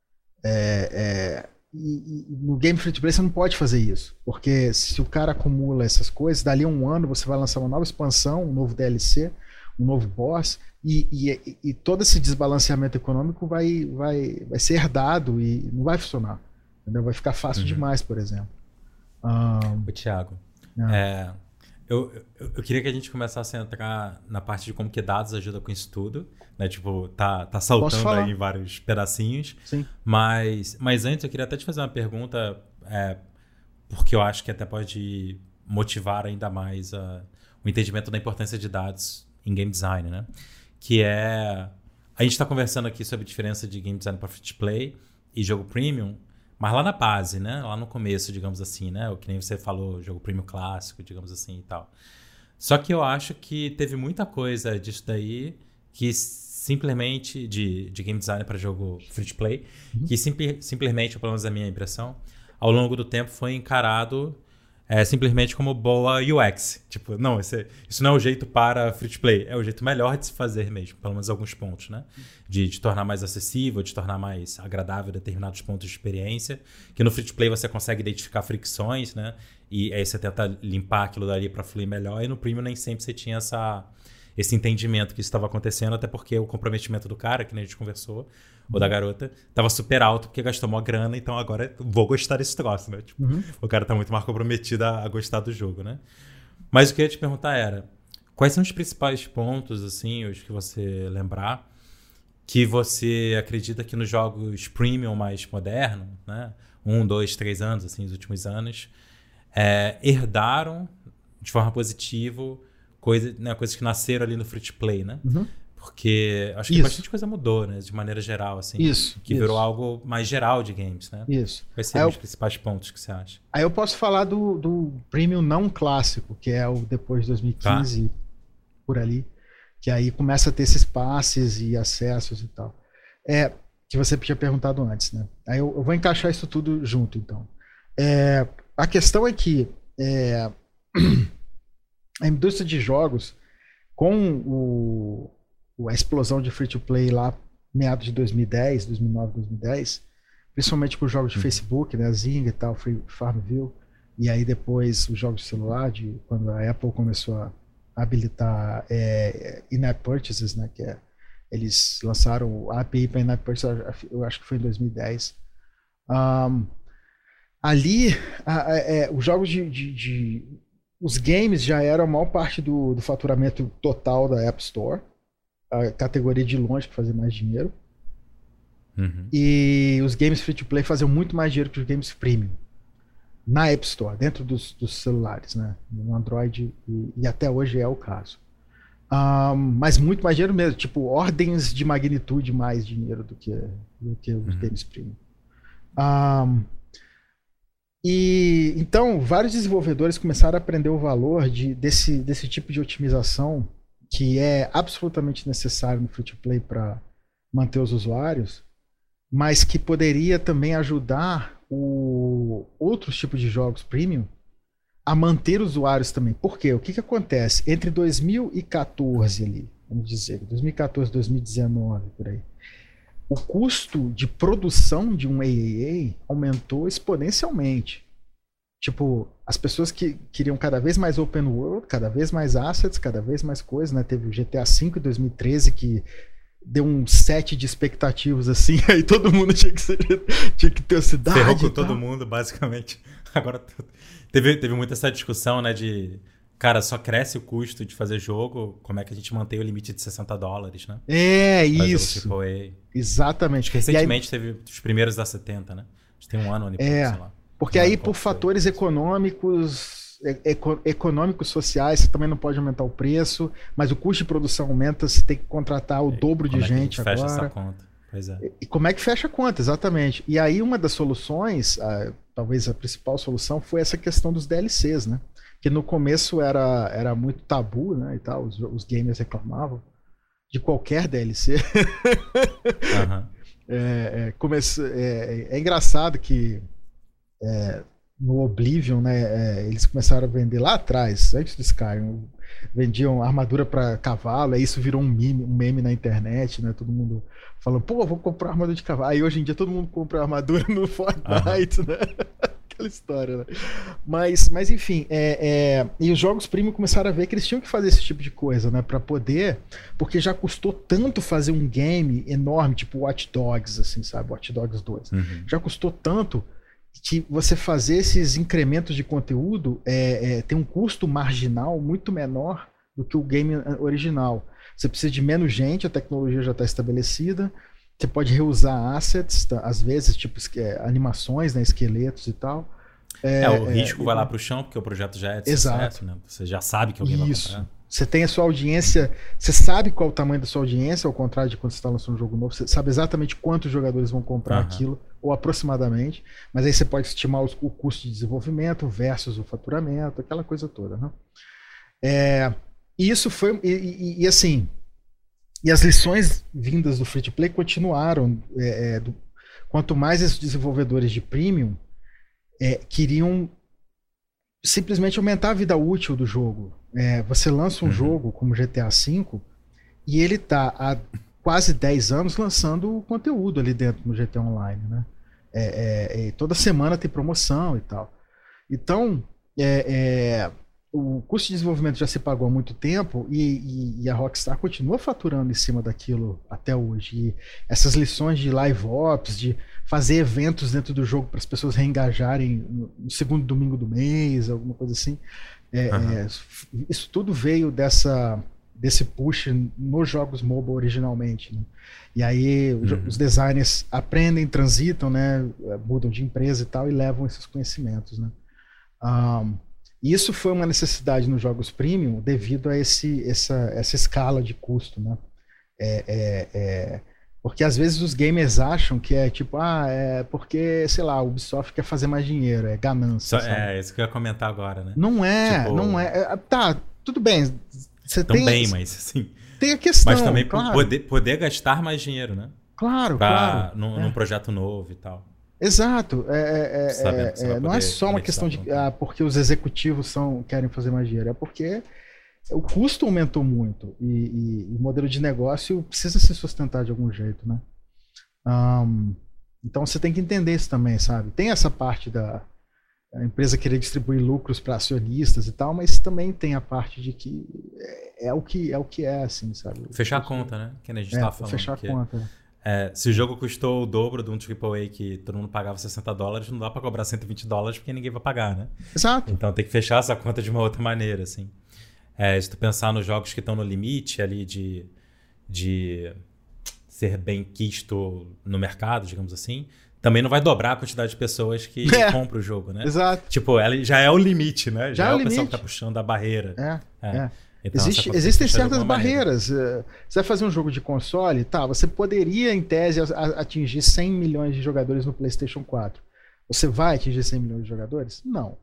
E no game free to play você não pode fazer isso. Porque se o cara acumula essas coisas, dali a 1 ano você vai lançar uma nova expansão, um novo DLC, um novo boss, e todo esse desbalanceamento econômico vai ser herdado e não vai funcionar. Entendeu? Vai ficar fácil demais, por exemplo. Thiago, eu queria que a gente começasse a entrar na parte de como que dados ajudam com isso tudo, né? Tipo, tá saltando aí em vários pedacinhos. Sim. Mas antes eu queria até te fazer uma pergunta, porque eu acho que até pode motivar ainda mais o entendimento da importância de dados em game design, né? Que a gente está conversando aqui sobre a diferença de game design para free to play e jogo premium, mas lá na base, né? Lá no começo, digamos assim, né? O que nem você falou, jogo premium clássico, digamos assim e tal. Só que eu acho que teve muita coisa disso daí que simplesmente, de game design para jogo free to play, que simplesmente, pelo menos a minha impressão, ao longo do tempo foi encarado simplesmente como boa UX. Tipo, não, isso não é o jeito para free to play, é o jeito melhor de se fazer mesmo, pelo menos alguns pontos, né? De tornar mais acessível, de tornar mais agradável determinados pontos de experiência, que no free to play você consegue identificar fricções, né? E aí você tenta limpar aquilo dali para fluir melhor, e no premium nem sempre você tinha esse entendimento que isso estava acontecendo, até porque o comprometimento do cara, que nem a gente conversou, ou da garota, tava super alto porque gastou uma grana, então agora vou gostar desse troço, né? Tipo, o cara tá muito mais comprometido a gostar do jogo, né? Mas o que eu ia te perguntar era, quais são os principais pontos, assim, os que você lembrar, que você acredita que nos jogos premium mais modernos, né? 1, 2, 3 anos, assim, os últimos anos, herdaram de forma positiva coisas que nasceram ali no free-to-play, né? Porque acho que bastante coisa mudou, né? De maneira geral, assim. Que virou algo mais geral de games, né? Isso. Quais seriam os principais pontos que você acha? Aí eu posso falar do premium não clássico, que é o depois de 2015, por ali. Que aí começa a ter esses passes e acessos e tal. Que você tinha perguntado antes, né? Aí eu vou encaixar isso tudo junto, então. A questão é que a indústria de jogos, com a explosão de free-to-play lá, meados de 2010, 2009, 2010, principalmente com os jogos de Facebook, né, Zing e tal, Farmville, e aí depois os jogos de celular, quando a Apple começou a habilitar in-app purchases, né, eles lançaram a API para in-app purchases, eu acho que foi em 2010. Ali, os jogos os games já eram a maior parte do faturamento total da App Store, a categoria de longe que fazia mais dinheiro. E os games free-to-play faziam muito mais dinheiro que os games premium na App Store, dentro dos celulares, né? No Android, e até hoje é o caso. Mas muito mais dinheiro mesmo, tipo ordens de magnitude mais dinheiro do que os games premium. E então vários desenvolvedores começaram a aprender o valor desse tipo de otimização que é absolutamente necessário no free-to-play para manter os usuários, mas que poderia também ajudar outros tipos de jogos premium a manter usuários também. Por quê? O que acontece? Entre 2014 ali, vamos dizer, 2014, 2019, por aí, o custo de produção de um AAA aumentou exponencialmente. Tipo, as pessoas que queriam cada vez mais open world, cada vez mais assets, cada vez mais coisas, né? Teve o GTA V em 2013 que deu um set de expectativas assim, aí todo mundo tinha que ter a cidade. Ferrou com todo mundo, basicamente. Agora teve muita essa discussão, né, de cara, só cresce o custo de fazer jogo, como é que a gente mantém o limite de $60, né? Isso. Exatamente. Acho que recentemente teve os primeiros da 70, né? A gente tem um ano e pouco, sei lá. Porque aí por fatores econômicos, sociais, você também não pode aumentar o preço, mas o custo de produção aumenta, você tem que contratar o dobro de gente agora. Como é que fecha essa conta? Pois é. E como é que fecha a conta, exatamente. E aí uma das soluções, talvez a principal solução, foi essa questão dos DLCs, né? Que no começo era muito tabu, né, e tal, os gamers reclamavam de qualquer DLC. É engraçado que no Oblivion, né, eles começaram a vender lá atrás, antes do Skyrim, vendiam armadura para cavalo, aí isso virou um meme na internet, né, todo mundo falando, pô, vou comprar armadura de cavalo. Aí hoje em dia todo mundo compra armadura no Fortnite, né? Aquela história, né? Mas enfim, e os jogos premium começaram a ver que eles tinham que fazer esse tipo de coisa, né, para poder, porque já custou tanto fazer um game enorme, tipo Watch Dogs, assim, sabe, Watch Dogs 2. Já custou tanto que você fazer esses incrementos de conteúdo tem um custo marginal muito menor do que o game original. Você precisa de menos gente, a tecnologia já está estabelecida, você pode reusar assets, tá? Às vezes, tipo animações, né, esqueletos e tal. O risco vai lá para o chão, porque o projeto já é de sucesso, né? Você já sabe que alguém vai comprar. Você tem a sua audiência, você sabe qual é o tamanho da sua audiência, ao contrário de quando você está lançando um jogo novo, você sabe exatamente quantos jogadores vão comprar aquilo, ou aproximadamente, mas aí você pode estimar o custo de desenvolvimento versus o faturamento, aquela coisa toda, né? Isso foi, e assim, e as lições vindas do free-to-play continuaram, quanto mais esses desenvolvedores de premium queriam simplesmente aumentar a vida útil do jogo. Você lança um jogo como GTA V e ele está há quase 10 anos lançando conteúdo ali dentro no GTA Online, né? Toda semana tem promoção e tal. Então, o custo de desenvolvimento já se pagou há muito tempo e a Rockstar continua faturando em cima daquilo até hoje. E essas lições de live ops, de fazer eventos dentro do jogo para as pessoas reengajarem no segundo domingo do mês, alguma coisa assim, isso tudo veio desse push nos jogos mobile originalmente, né? E aí os designers aprendem, transitam, né, mudam de empresa e tal e levam esses conhecimentos, né? E isso foi uma necessidade nos jogos premium devido a essa escala de custo, né? Porque às vezes os gamers acham que é tipo, é porque, sei lá, o Ubisoft quer fazer mais dinheiro, é ganância. É isso que eu ia comentar agora, né? Não é, tipo... não é. Tá, tudo bem. Você também, mas assim. Tem a questão. Mas também claro. poder gastar mais dinheiro, né? Claro, Num projeto novo e tal. Exato. Não é só uma questão de porque os executivos querem fazer mais dinheiro, é porque o custo aumentou muito e o modelo de negócio precisa se sustentar de algum jeito, né? Então você tem que entender isso também, sabe? Tem essa parte da empresa querer distribuir lucros para acionistas e tal, mas também tem a parte de que é o que é, assim, sabe? Fechar a conta, né? Que a gente estava falando. Fechar a conta. Se o jogo custou o dobro de um AAA que todo mundo pagava $60, não dá para cobrar $120 porque ninguém vai pagar, né? Exato. Então tem que fechar essa conta de uma outra maneira, assim. Se tu pensar nos jogos que estão no limite ali de ser bem quisto no mercado, digamos assim, também não vai dobrar a quantidade de pessoas que compram o jogo, né? Exato. Tipo, ela já é o limite, né? Já é o limite. pessoal que tá puxando a barreira. Então, existem certas barreiras. Você vai fazer um jogo de console, tá? Você poderia, em tese, atingir 100 milhões de jogadores no PlayStation 4. Você vai atingir 100 milhões de jogadores? Não.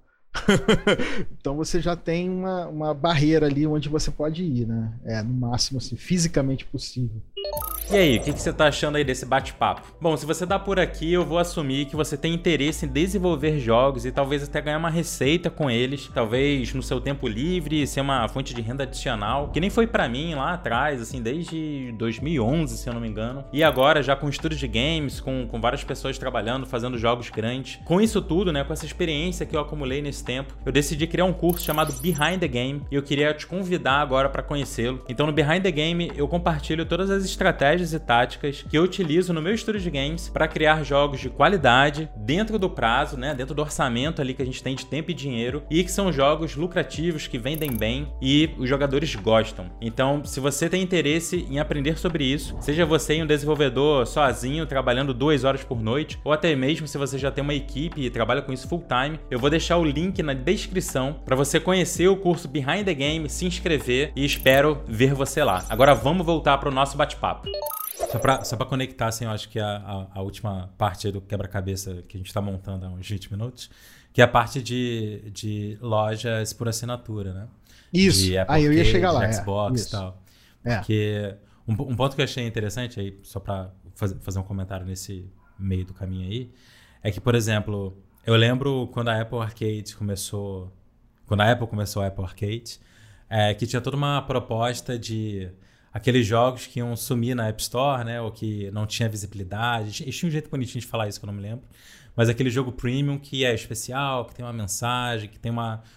Então você já tem uma barreira ali onde você pode ir, né? No máximo, assim, fisicamente possível. E aí, o que você tá achando aí desse bate-papo? Bom, se você tá por aqui, eu vou assumir que você tem interesse em desenvolver jogos e talvez até ganhar uma receita com eles, talvez no seu tempo livre, ser uma fonte de renda adicional, que nem foi pra mim lá atrás, assim, desde 2011, se eu não me engano. E agora, já com estúdio de games, com várias pessoas trabalhando, fazendo jogos grandes. Com isso tudo, né, com essa experiência que eu acumulei nesse tempo, eu decidi criar um curso chamado Behind the Game e eu queria te convidar agora para conhecê-lo. Então no Behind the Game eu compartilho todas as estratégias e táticas que eu utilizo no meu estúdio de games para criar jogos de qualidade, dentro do prazo, né, dentro do orçamento ali que a gente tem de tempo e dinheiro, e que são jogos lucrativos, que vendem bem e os jogadores gostam. Então se você tem interesse em aprender sobre isso, seja você um desenvolvedor sozinho, trabalhando 2 horas por noite, ou até mesmo se você já tem uma equipe e trabalha com isso full time, eu vou deixar o link na descrição para você conhecer o curso Behind the Game, se inscrever e espero ver você lá. Agora vamos voltar para o nosso bate-papo. Só para conectar, assim, eu acho que a última parte do quebra-cabeça que a gente está montando há uns 20 minutos, que é a parte de lojas por assinatura, né? Isso, aí eu ia chegar lá. Xbox e tal. Porque um ponto que eu achei interessante, aí, só para fazer um comentário nesse meio do caminho aí, é que, por exemplo, eu lembro quando a Apple Arcade começou... Quando a Apple começou a Apple Arcade, que tinha toda uma proposta de aqueles jogos que iam sumir na App Store, né? Ou que não tinha visibilidade. Tinha um jeito bonitinho de falar isso que eu não me lembro. Mas aquele jogo premium que é especial, que tem uma mensagem, que tem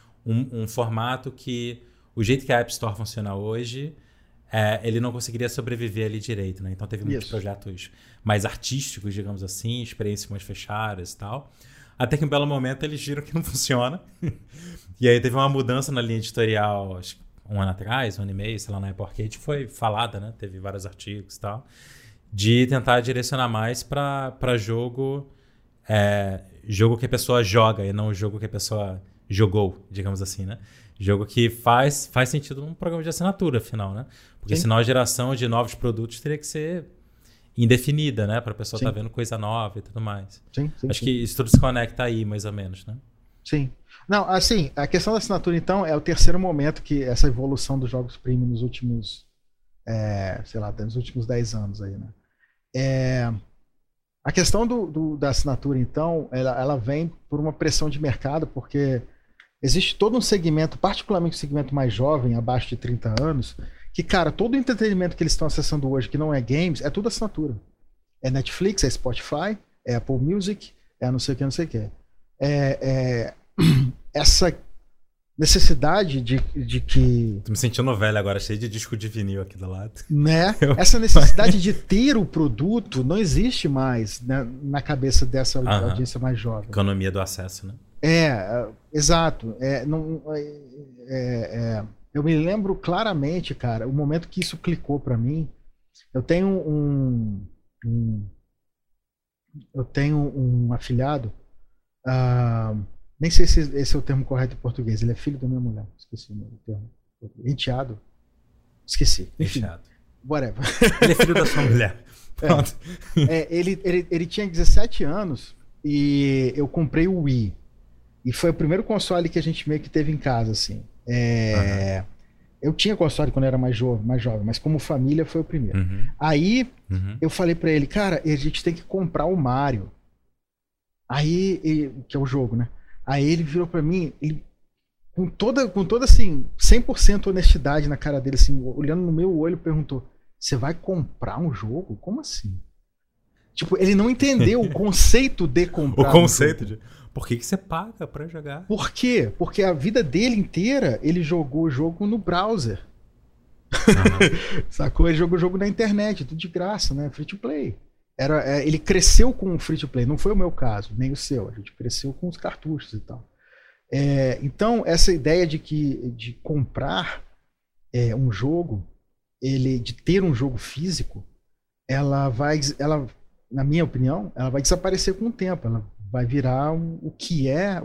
um formato que... O jeito que a App Store funciona hoje, ele não conseguiria sobreviver ali direito, né? Então teve muitos projetos mais artísticos, digamos assim, experiências mais fechadas e tal. Até que em um belo momento eles viram que não funciona. E aí teve uma mudança na linha editorial, acho que 1 ano atrás, 1 ano e meio, sei lá, na Apple Arcade, foi falada, né? Teve vários artigos e tal, de tentar direcionar mais para jogo que a pessoa joga e não o jogo que a pessoa jogou, digamos assim, né? Jogo que faz sentido num programa de assinatura, afinal, né? Porque senão a geração de novos produtos teria que ser indefinida, né? Para a pessoa estar vendo coisa nova e tudo mais. Acho que isso tudo se conecta aí, mais ou menos, né? Sim. Não, assim, a questão da assinatura, então, é o terceiro momento que essa evolução dos jogos premium nos últimos, nos últimos 10 anos aí, né? A questão da assinatura, então, ela vem por uma pressão de mercado, porque existe todo um segmento, particularmente o segmento mais jovem, abaixo de 30 anos, que, cara, todo o entretenimento que eles estão acessando hoje, que não é games, é tudo assinatura. É Netflix, é Spotify, é Apple Music, é não sei o que, não sei o que. Essa necessidade de que... Tô me sentindo velho agora, cheio de disco de vinil aqui do lado. Né? Essa necessidade de ter o produto não existe mais, né, na cabeça dessa audiência mais jovem. Economia do acesso, né? Exato. Eu me lembro claramente, cara, o momento que isso clicou para mim. Eu tenho um afilhado, nem sei se esse é o termo correto em português, ele é filho da minha mulher, esqueci o termo. Enteado? Esqueci. Enfim, enteado. Whatever. Ele é filho da sua mulher. Pronto. Ele tinha 17 anos e eu comprei o Wii. E foi o primeiro console que a gente meio que teve em casa, assim. Eu tinha console quando eu era mais jovem, mas como família foi o primeiro. Aí eu falei pra ele, cara, a gente tem que comprar o Mario. Aí, que é o jogo, né? Aí ele virou pra mim, com toda assim, 100% honestidade na cara dele, assim, olhando no meu olho, perguntou: você vai comprar um jogo? Como assim? Tipo, ele não entendeu o conceito de comprar. O conceito de... Por que você paga pra jogar? Por quê? Porque a vida dele inteira ele jogou o jogo no browser. Sacou? Ele jogou o jogo na internet, tudo de graça, né? Free to play. Ele cresceu com o free to play, não foi o meu caso, nem o seu. A gente cresceu com os cartuchos e tal. Então, essa ideia de comprar um jogo, de ter um jogo físico, ela, na minha opinião, ela vai desaparecer com o tempo. Ela vai virar o que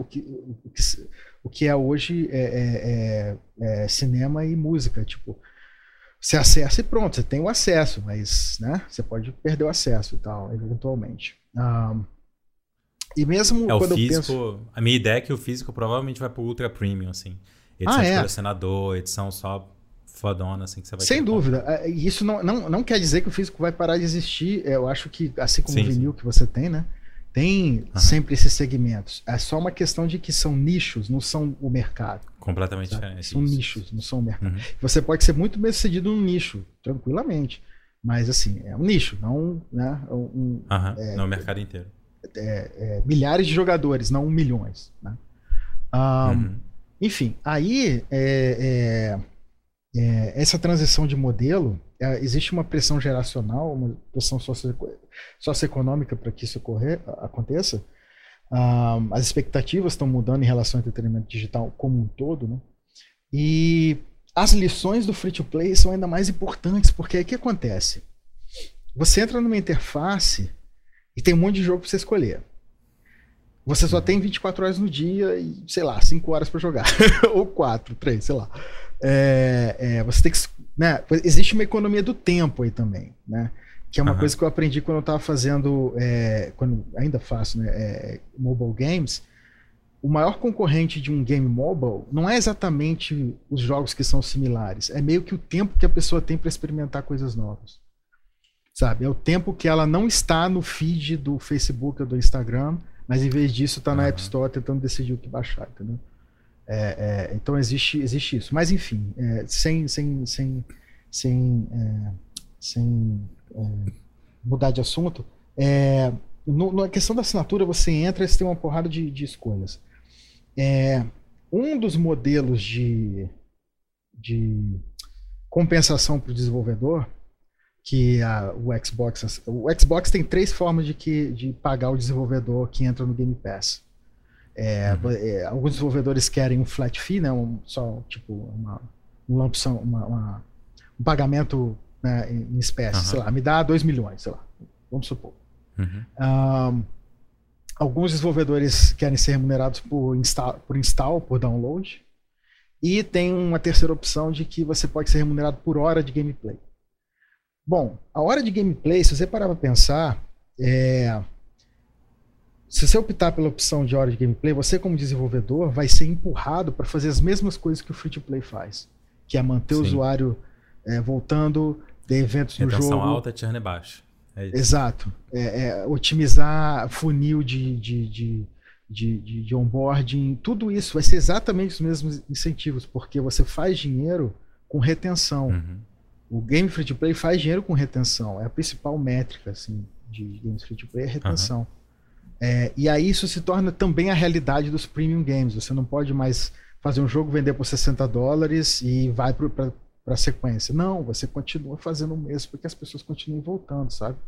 é hoje cinema e música. Tipo, você acessa e pronto, você tem o acesso, mas, né, você pode perder o acesso e tal, eventualmente. E mesmo quando o físico, eu penso... A minha ideia é que o físico provavelmente vai pro Ultra Premium, assim. Edição de colecionador, edição só fodona, assim, que você vai... Sem dúvida. Isso não quer dizer que o físico vai parar de existir. Eu acho que, assim como o vinil que você tem, né? Tem sempre esses segmentos. É só uma questão de que são nichos, não são o mercado. Completamente diferente. São nichos, não são o mercado. Você pode ser muito bem sucedido num nicho, tranquilamente. Mas, assim, é um nicho, não... Né, não o mercado inteiro. Milhares de jogadores, não milhões. Né? Enfim, aí... essa transição de modelo, existe uma pressão geracional, uma pressão socioeconômica para que isso aconteça. As expectativas estão mudando em relação ao entretenimento digital como um todo, né? E as lições do free-to-play são ainda mais importantes, porque aí o que acontece? Você entra numa interface e tem um monte de jogo para você escolher. Você só tem 24 horas no dia e, sei lá, 5 horas para jogar. Ou 4, 3, sei lá. Você tem que... Né? Existe uma economia do tempo aí também, né? Que é uma coisa que eu aprendi quando eu estava fazendo... quando ainda faço, né? Mobile games. O maior concorrente de um game mobile não é exatamente os jogos que são similares. É meio que o tempo que a pessoa tem para experimentar coisas novas. Sabe? É o tempo que ela não está no feed do Facebook ou do Instagram, mas em vez disso está na App Store tentando decidir o que baixar, entendeu? Então existe isso. Mas enfim, sem mudar de assunto, na questão da assinatura você entra e você tem uma porrada de escolhas. Um dos modelos de compensação para o desenvolvedor, que o Xbox tem 3 formas de pagar o desenvolvedor que entra no Game Pass. Alguns desenvolvedores querem um flat fee, né, só tipo um lump sum, um pagamento, né, em espécie, sei lá, me dá 2 milhões, sei lá, vamos supor. Alguns desenvolvedores querem ser remunerados por install, por download, e tem uma terceira opção de que você pode ser remunerado por hora de gameplay. Bom, a hora de gameplay, se você parar para pensar, se você optar pela opção de hora de gameplay, você como desenvolvedor vai ser empurrado para fazer as mesmas coisas que o free-to-play faz, que é manter o usuário voltando, ter eventos no jogo. Retenção alta, churn baixo. Exato. Otimizar funil de onboarding, tudo isso vai ser exatamente os mesmos incentivos, porque você faz dinheiro com retenção. O game free-to-play faz dinheiro com retenção. É a principal métrica, assim, de games free-to-play, é retenção. E aí isso se torna também a realidade dos premium games. Você não pode mais fazer um jogo, vender por $60 e vai para a sequência. Não, você continua fazendo o mesmo porque as pessoas continuam voltando, sabe?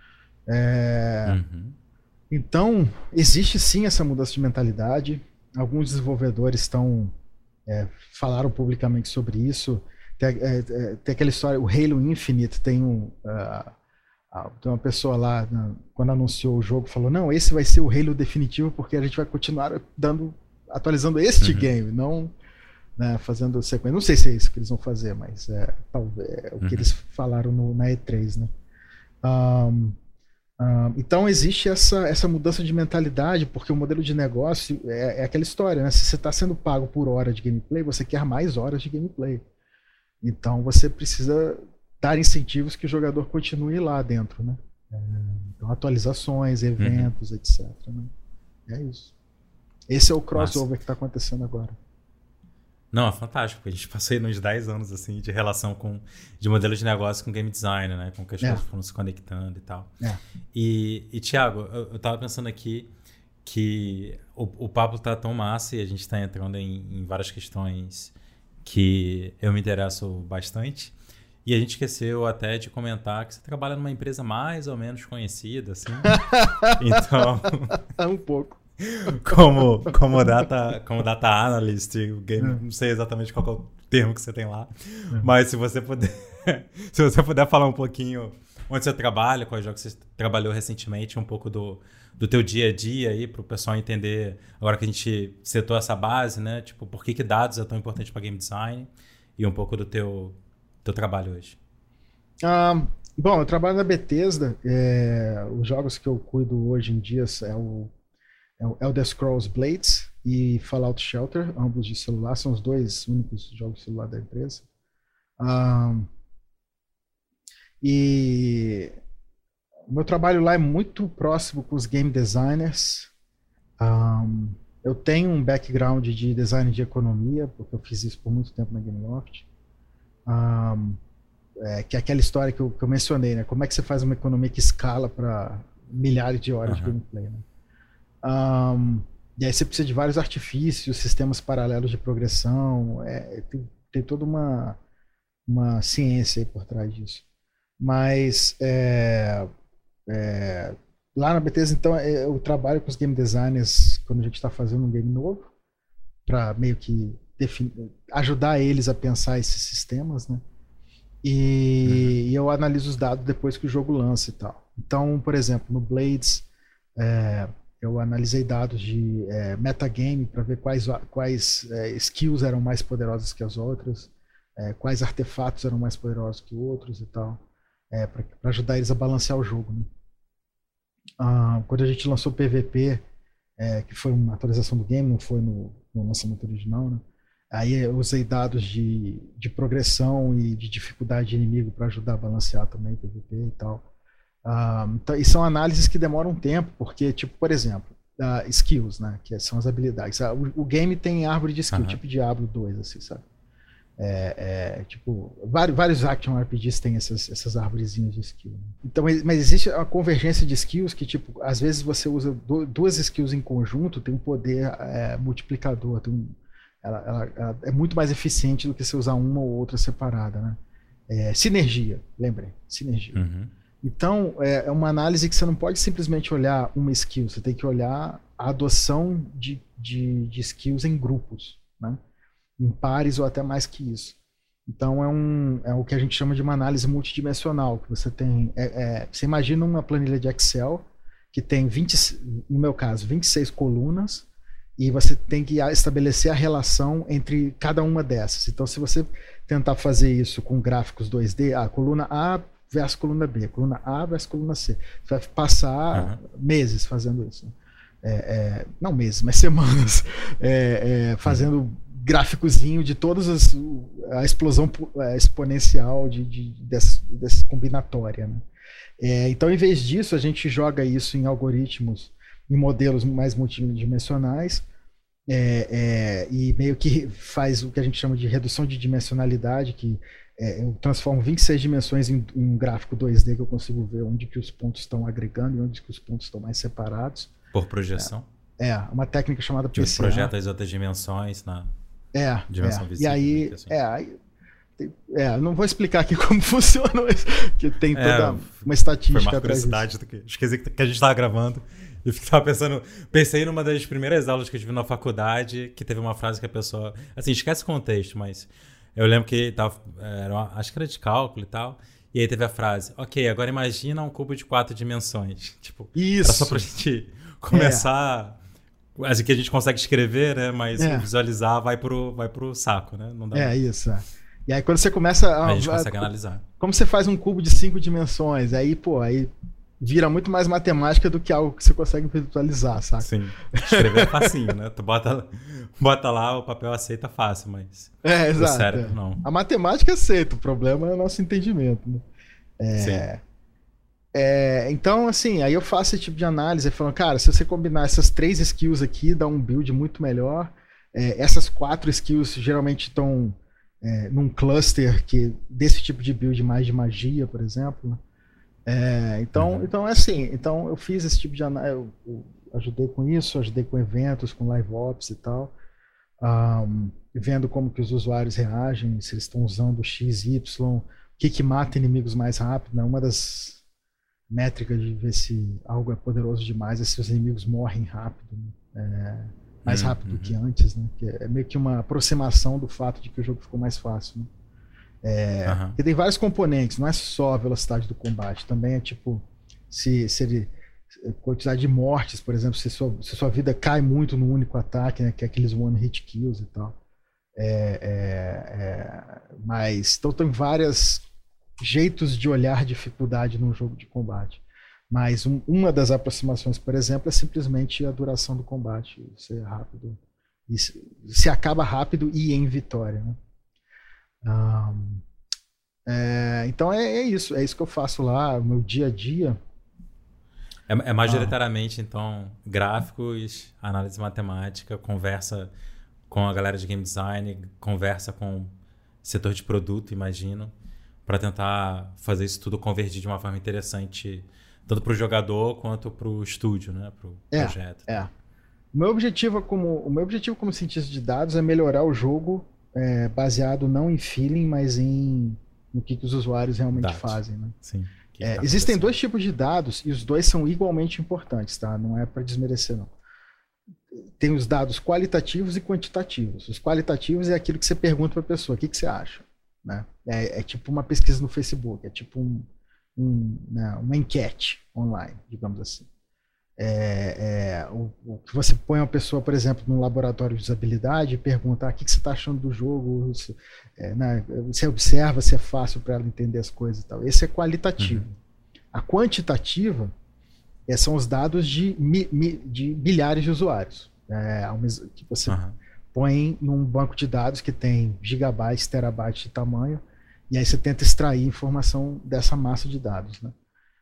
Então, existe sim essa mudança de mentalidade. Alguns desenvolvedores falaram publicamente sobre isso. Tem aquela história, o Halo Infinite tem uma pessoa lá, quando anunciou o jogo, falou, não, esse vai ser o Halo definitivo porque a gente vai continuar atualizando este game, não, né, fazendo sequência. Não sei se é isso que eles vão fazer, mas talvez o que eles falaram na E3, né? Então existe essa mudança de mentalidade, porque o modelo de negócio é aquela história, né? Se você está sendo pago por hora de gameplay, você quer mais horas de gameplay. Então você precisa dar incentivos que o jogador continue lá dentro, né? Então atualizações, eventos, etc. Né? É isso. Esse é o crossover que está acontecendo agora. Não, é fantástico, porque a gente passou aí uns 10 anos assim, de relação de modelo de negócio com game design, né? Com que as coisas foram se conectando e tal. E Thiago, eu tava pensando aqui que o papo tá tão massa e a gente tá entrando em várias questões que eu me interesso bastante. E a gente esqueceu até de comentar que você trabalha numa empresa mais ou menos conhecida, assim. Então... um pouco. Como data analyst, não sei exatamente qual é o termo que você tem lá, mas se você puder falar um pouquinho onde você trabalha, quais jogos você trabalhou recentemente, um pouco do teu dia a dia aí, para o pessoal entender, agora que a gente setou essa base, né? Tipo, por que dados é tão importante para game design e um pouco do teu trabalho hoje. Bom, eu trabalho na Bethesda, os jogos que eu cuido hoje em dia é o Elder Scrolls Blades e Fallout Shelter, ambos de celular, são os dois únicos jogos de celular da empresa. E o meu trabalho lá é muito próximo com os game designers. Eu tenho um background de design de economia, porque eu fiz isso por muito tempo na Gameloft. Que é aquela história que eu mencionei, né? Como é que você faz uma economia que escala para milhares de horas de gameplay, né? E aí você precisa de vários artifícios, sistemas paralelos de progressão, tem toda uma ciência aí por trás disso. Mas lá na Bethesda, então, eu trabalho com os game designers quando a gente está fazendo um game novo, para meio que ajudar eles a pensar esses sistemas, né? E eu analiso os dados depois que o jogo lança e tal. Então, por exemplo, no Blades, eu analisei dados de metagame para ver quais skills eram mais poderosas que as outras, quais artefatos eram mais poderosos que outros e tal, para ajudar eles a balancear o jogo, né? Quando a gente lançou o PVP, que foi uma atualização do game, não foi no lançamento original, né? Aí eu usei dados de progressão e de dificuldade de inimigo para ajudar a balancear também o PVP e tal. Então, e são análises que demoram tempo, porque, tipo, por exemplo, skills, né, que são as habilidades. O game tem árvore de skill, tipo Diablo 2, assim, sabe? Tipo, vários action RPGs têm essas árvorezinhas de skill, né? Então, mas existe a convergência de skills que, tipo, às vezes você usa duas skills em conjunto, tem um poder multiplicador, ela é muito mais eficiente do que você usar uma ou outra separada, né? Sinergia, lembrei, sinergia. Então, é uma análise que você não pode simplesmente olhar uma skill, você tem que olhar a adoção de skills em grupos, né? Em pares ou até mais que isso. Então, é o que a gente chama de uma análise multidimensional, que você tem... você imagina uma planilha de Excel que tem, no meu caso, 26 colunas, e você tem que estabelecer a relação entre cada uma dessas. Então, se você tentar fazer isso com gráficos 2D, a coluna A versus coluna B, coluna A versus coluna C. Você vai passar meses fazendo isso. Não meses, mas semanas. Fazendo gráficozinho de todas a explosão exponencial dessa combinatória, né? Então, em vez disso, a gente joga isso em algoritmos, em modelos mais multidimensionais, e meio que faz o que a gente chama de redução de dimensionalidade, que eu transformo 26 dimensões em um gráfico 2D que eu consigo ver onde que os pontos estão agregando e onde que os pontos estão mais separados. Por projeção? Uma técnica chamada PCA. PCA. Projeta as outras dimensões na... Dimensão E visível. aí, não vou explicar aqui como funciona, mas que tem toda uma estatística. Foi uma curiosidade do que esqueci que a gente estava gravando. Eu tava pensei numa das primeiras aulas que eu tive na faculdade, que teve uma frase que a pessoa, assim, esquece o contexto, mas eu lembro que acho que era de cálculo e tal, e aí teve a frase, ok, agora imagina um cubo de 4 dimensões. Tipo, isso. Era só pra gente começar, assim, que a gente consegue escrever, né, mas visualizar vai pro saco, né? Não dá isso. E aí quando você começa a gente consegue analisar. Como você faz um cubo de 5 dimensões, aí vira muito mais matemática do que algo que você consegue visualizar, sabe? Sim. Escrever é facinho, né? Tu bota lá, o papel aceita fácil, mas exato, o cérebro não. A matemática aceita, o problema é o nosso entendimento, né? Sim. Então, assim, aí eu faço esse tipo de análise, falando, cara, se você combinar essas 3 skills aqui, dá um build muito melhor. Essas 4 skills geralmente estão num cluster desse tipo de build mais de magia, por exemplo, né? Então é assim, então eu fiz esse tipo de análise, eu ajudei com isso, ajudei com eventos, com live ops e tal, vendo como que os usuários reagem, se eles estão usando X, Y, o que mata inimigos mais rápido, né? Uma das métricas de ver se algo é poderoso demais é se os inimigos morrem rápido, né? Mais rápido do que antes, né? Que é meio que uma aproximação do fato de que o jogo ficou mais fácil, né? Porque tem vários componentes, não é só a velocidade do combate, também é tipo se quantidade de mortes, por exemplo, se sua vida cai muito no único ataque, né, que é aqueles one hit kills e tal. Mas então tem vários jeitos de olhar dificuldade num jogo de combate, mas uma das aproximações, por exemplo, é simplesmente a duração do combate ser rápido, se acaba rápido e em vitória, né? Então é isso que eu faço lá, o meu dia a dia. É majoritariamente, então, gráficos, análise matemática, conversa com a galera de game design, conversa com o setor de produto, imagino, para tentar fazer isso tudo convergir de uma forma interessante, tanto para o jogador quanto para o estúdio, né, para o projeto. O meu objetivo como cientista de dados é melhorar o jogo baseado não em feeling, mas no que os usuários realmente fazem, né? Sim. Existem 2 tipos de dados e os 2 são igualmente importantes, tá? Não é para desmerecer, não. Tem os dados qualitativos e quantitativos. Os qualitativos é aquilo que você pergunta para a pessoa, o que você acha, né? É tipo uma pesquisa no Facebook, é tipo uma enquete online, digamos assim. O que você põe uma pessoa, por exemplo, num laboratório de usabilidade e pergunta o que você está achando do jogo, você observa se é fácil para ela entender as coisas e tal. Esse é qualitativo. A quantitativa são os dados de milhares de usuários, que você põe num banco de dados que tem gigabytes, terabytes de tamanho, e aí você tenta extrair informação dessa massa de dados, né?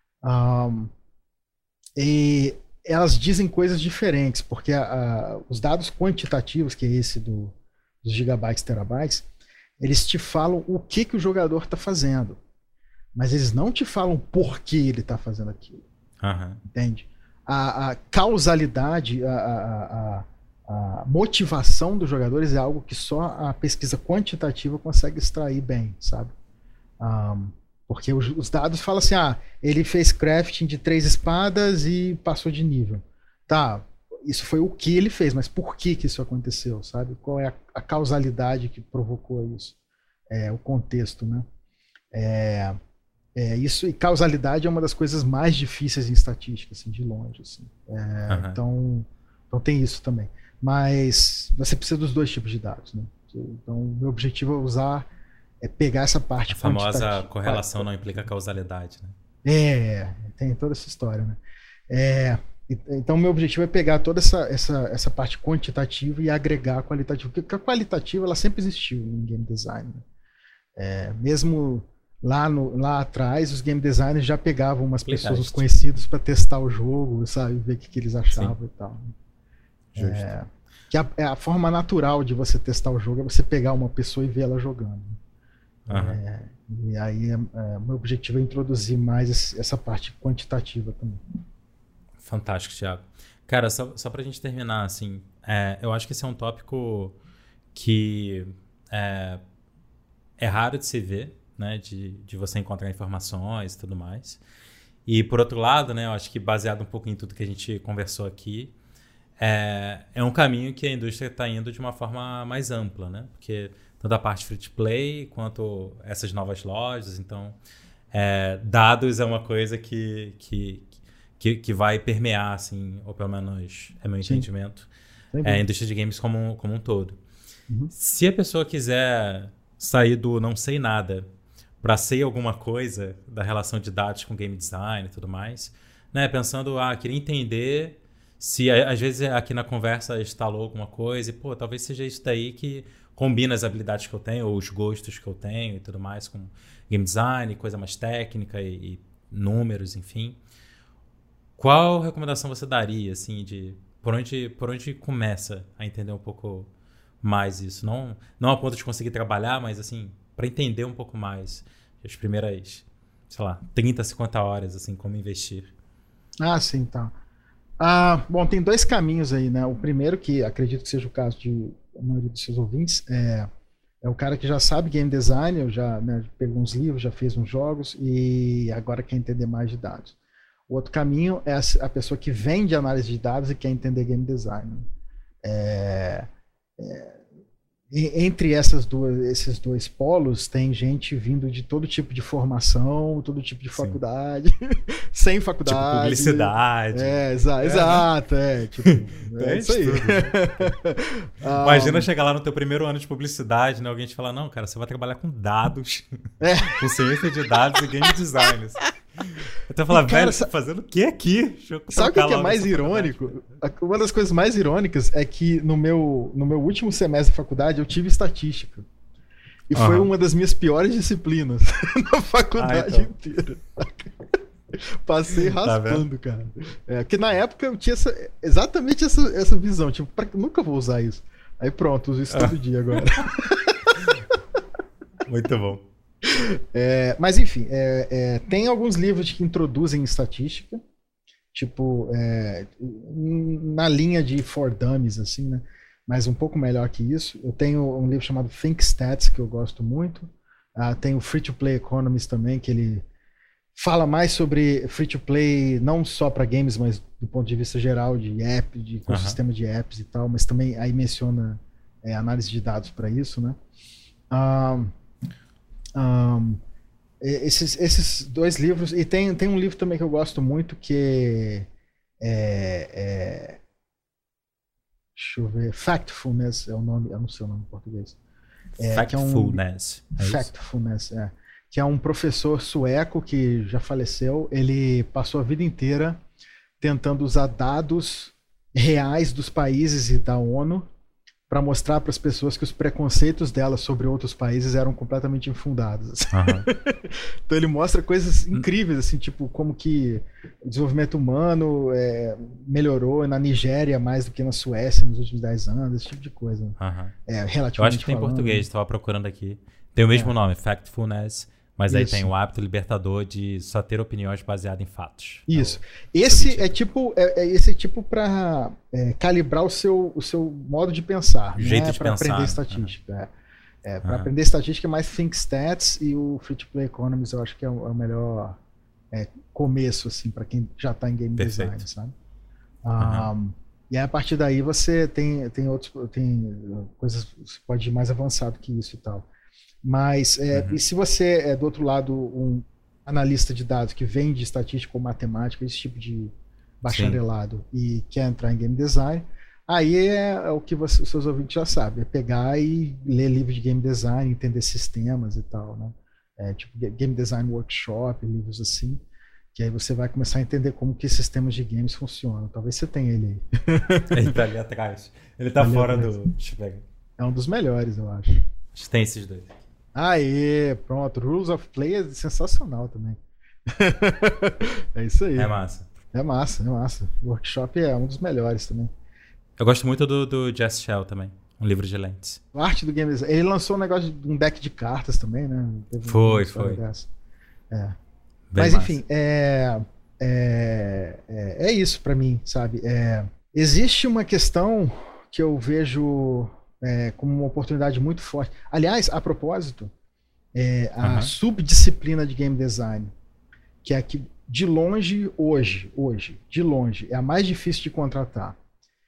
E elas dizem coisas diferentes, porque os dados quantitativos, que é esse dos gigabytes, terabytes, eles te falam o que o jogador está fazendo, mas eles não te falam por que ele está fazendo aquilo. Entende? A causalidade, a motivação dos jogadores é algo que só a pesquisa quantitativa consegue extrair bem, sabe? Porque os dados falam assim, ele fez crafting de 3 espadas e passou de nível. Tá, isso foi o que ele fez, mas por que isso aconteceu, sabe? Qual é a causalidade que provocou isso? O contexto, né? Isso, e causalidade é uma das coisas mais difíceis em estatística, assim, de longe. Assim. Então tem isso também. Mas você precisa dos 2 tipos de dados, né? Então, o meu objetivo é pegar essa parte. A famosa correlação não implica causalidade, né? Tem toda essa história, né? Então, meu objetivo é pegar toda essa parte quantitativa e agregar a qualitativa. Porque a qualitativa, ela sempre existiu em game design, né? Mesmo lá atrás, os game designers já pegavam umas pessoas conhecidas para testar o jogo, sabe? Ver o que eles achavam. Sim. E tal. Que a forma natural de você testar o jogo é você pegar uma pessoa e ver ela jogando. E aí, meu objetivo é introduzir mais essa parte quantitativa também. Fantástico, Thiago. Cara, só pra gente terminar, assim, eu acho que esse é um tópico que é raro de se ver, né? De você encontrar informações e tudo mais. E, por outro lado, né, eu acho que baseado um pouco em tudo que a gente conversou aqui, é um caminho que a indústria está indo de uma forma mais ampla, né? Porque tanto a parte free-to-play quanto essas novas lojas. Então, dados é uma coisa que vai permear, assim, ou pelo menos é meu entendimento, a indústria de games como um todo. Uhum. Se a pessoa quiser sair do não sei nada para ser alguma coisa da relação de dados com game design e tudo mais, né? Pensando, queria entender se às vezes aqui na conversa instalou alguma coisa e, talvez seja isso daí que combina as habilidades que eu tenho ou os gostos que eu tenho e tudo mais com game design, coisa mais técnica e números, enfim. Qual recomendação você daria, assim, de por onde começa a entender um pouco mais isso? Não a ponto de conseguir trabalhar, mas, assim, para entender um pouco mais as primeiras, sei lá, 30, 50 horas, assim, como investir. Sim, tá. Bom, tem dois caminhos aí, né? O primeiro, que acredito que seja o caso de a maioria dos seus ouvintes, é o cara que já sabe game design, eu já, né, pegou uns livros, já fez uns jogos e agora quer entender mais de dados. O outro caminho é a pessoa que vem de análise de dados e quer entender game design. Entre esses dois polos, tem gente vindo de todo tipo de formação, todo tipo de faculdade, sem faculdade. Tipo publicidade. Exato. Tipo, isso aí. Imagina chegar lá no teu primeiro ano de publicidade, né? Alguém te falar, não, cara, você vai trabalhar com dados, com ciência de dados e game design. Até falar, velho, você tá fazendo o que aqui? Sabe o que é mais irônico? Uma das coisas mais irônicas é que no meu último semestre de faculdade eu tive estatística. E foi uma das minhas piores disciplinas na faculdade inteira. Passei raspando, cara. Porque na época eu tinha exatamente essa visão. Tipo, nunca vou usar isso. Aí pronto, uso isso todo dia agora. Muito bom. Mas enfim, tem alguns livros que introduzem estatística, tipo, na linha de For Dummies, assim, né? Mas um pouco melhor que isso. Eu tenho um livro chamado Think Stats, que eu gosto muito. Tem o Free to Play Economist também, que ele fala mais sobre free to play, não só para games, mas do ponto de vista geral de app, de ecossistema de apps e tal, mas também aí menciona análise de dados para isso, né? Esses dois livros, e tem um livro também que eu gosto muito que deixa eu ver, Factfulness é o nome, eu não sei o nome em português. Factfulness. Factfulness, que é um professor sueco que já faleceu. Ele passou a vida inteira tentando usar dados reais dos países e da ONU para mostrar para as pessoas que os preconceitos dela sobre outros países eram completamente infundados. Então ele mostra coisas incríveis, assim, tipo como que o desenvolvimento humano melhorou na Nigéria mais do que na Suécia nos últimos 10 anos, esse tipo de coisa. Relativamente eu acho que tem em falando. português, estava procurando aqui. Tem o mesmo nome, Factfulness, mas aí tem o hábito libertador de só ter opiniões baseadas em fatos. Isso. Esse é tipo para calibrar o seu modo de pensar. O jeito de para pensar. Aprender estatística. Para aprender estatística é mais Think Stats, e o Free to Play Economics eu acho que é o melhor começo, assim, para quem já está em game design, sabe? E aí, a partir daí você tem coisas, você pode ir mais avançado que isso e tal. Mas, e se você é do outro lado um analista de dados que vem de estatística ou matemática, esse tipo de bacharelado, e quer entrar em game design, aí é o que os seus ouvintes já sabem, é pegar e ler livros de game design, entender sistemas e tal, né? Tipo Game Design Workshop, livros assim, que aí você vai começar a entender como que sistemas de games funcionam. Talvez você tenha ele aí. Ele tá ali atrás. Ele tá fora do... Deixa eu pegar. É um dos melhores, eu acho. Acho que tem esses dois. Aê, pronto. Rules of Play é sensacional também. É isso aí. É massa. É massa. O Workshop é um dos melhores também. Eu gosto muito do Jess Shell também. Um livro de lentes. A arte do game design. Ele lançou um negócio de um deck de cartas também, né? Foi. Mas enfim, é isso pra mim, sabe? Existe uma questão que eu vejo como uma oportunidade muito forte. Aliás, a propósito, a subdisciplina de game design, que é a que de longe, hoje, de longe, é a mais difícil de contratar.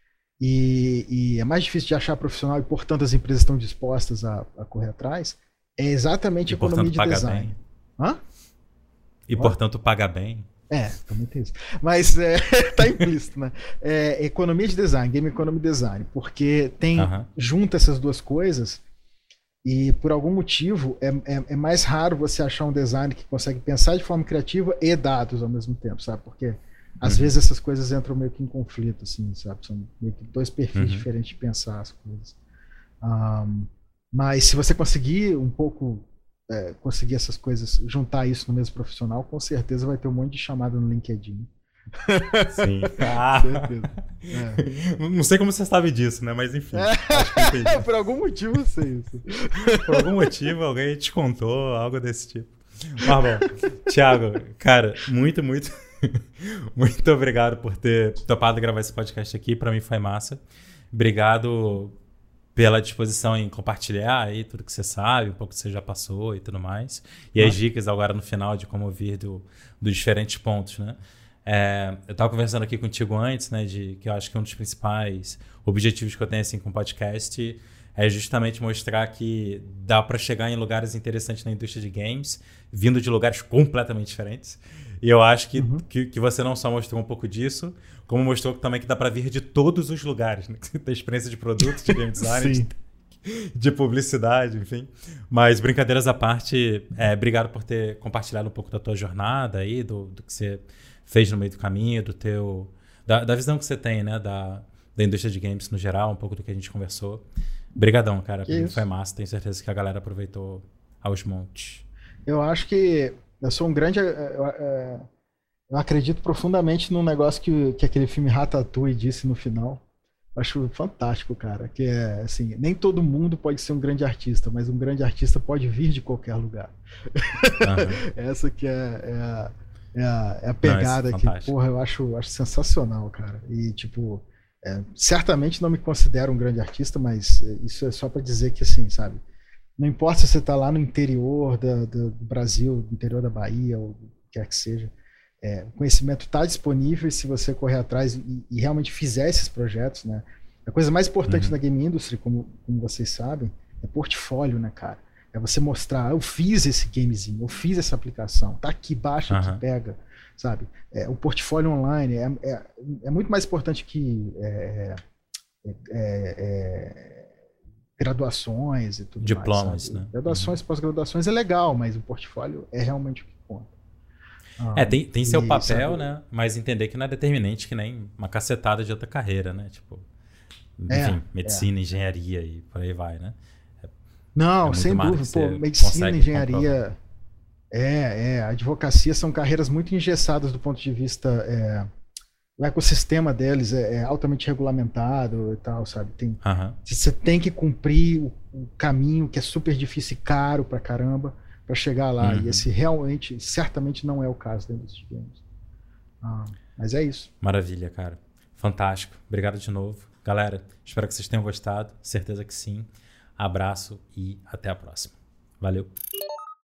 E é mais difícil de achar profissional e, portanto, as empresas estão dispostas a correr atrás, é exatamente a economia de design. Hã? E, portanto, paga bem. Também tem isso. Mas tá implícito, né? Economia de design, game economy design, porque junta essas duas coisas e, por algum motivo, é mais raro você achar um design que consegue pensar de forma criativa e dados ao mesmo tempo, sabe? Porque às vezes essas coisas entram meio que em conflito, assim, sabe? São meio que dois perfis diferentes de pensar as coisas. Mas se você conseguir um pouco conseguir essas coisas, juntar isso no mesmo profissional, com certeza vai ter um monte de chamada no LinkedIn. Sim. Certeza. Não sei como você sabe disso, né? Mas enfim. Acho que entendi. Por algum motivo eu sei isso. Por algum motivo alguém te contou algo desse tipo. Mas bom, Thiago, cara, muito obrigado por ter topado gravar esse podcast aqui. Pra mim foi massa. Obrigado pela disposição em compartilhar aí tudo que você sabe, um pouco que você já passou e tudo mais. E as dicas agora no final de como vir dos diferentes pontos, né? Eu estava conversando aqui contigo antes, né, que eu acho que um dos principais objetivos que eu tenho assim, com o podcast é justamente mostrar que dá para chegar em lugares interessantes na indústria de games, vindo de lugares completamente diferentes. E eu acho que você não só mostrou um pouco disso, como mostrou também que dá para vir de todos os lugares, né? Você tem experiência de produto, de game design, de publicidade, enfim. Mas brincadeiras à parte, obrigado por ter compartilhado um pouco da tua jornada aí, do que você fez no meio do caminho, da visão que você tem, né, da indústria de games no geral, um pouco do que a gente conversou. Obrigadão, cara. Pra mim foi massa. Tenho certeza que a galera aproveitou aos montes. Eu acho que eu sou um grande... Eu acredito profundamente num negócio que aquele filme Ratatouille disse no final. Eu acho fantástico, cara. Que é assim, nem todo mundo pode ser um grande artista, mas um grande artista pode vir de qualquer lugar. Essa que é a pegada que, porra, eu acho sensacional, cara. E, tipo, certamente não me considero um grande artista, mas isso é só pra dizer que, assim, sabe? Não importa se você tá lá no interior do Brasil, no interior da Bahia, ou o que quer que seja, o conhecimento está disponível e se você correr atrás e realmente fizer esses projetos, né? A coisa mais importante na game industry, como vocês sabem, é portfólio, né, cara? É você mostrar, eu fiz esse gamezinho, eu fiz essa aplicação, tá aqui, baixa, aqui, pega, sabe? O portfólio online é muito mais importante que graduações e tudo diplomas, mais, né? Graduações, pós-graduações é legal, mas o portfólio é realmente o que conta. Tem seu papel, né? Mas entender que não é determinante que nem uma cacetada de outra carreira, né? Tipo, enfim, medicina, engenharia e por aí vai, né? Não, sem dúvida. Pô, medicina, engenharia, advocacia são carreiras muito engessadas do ponto de vista... o ecossistema deles é altamente regulamentado e tal, sabe? Você tem que cumprir o caminho que é super difícil e caro pra caramba para chegar lá. E esse realmente, certamente não é o caso da indústria de games. Mas é isso. Maravilha, cara. Fantástico. Obrigado de novo. Galera, espero que vocês tenham gostado. Certeza que sim. Abraço e até a próxima. Valeu.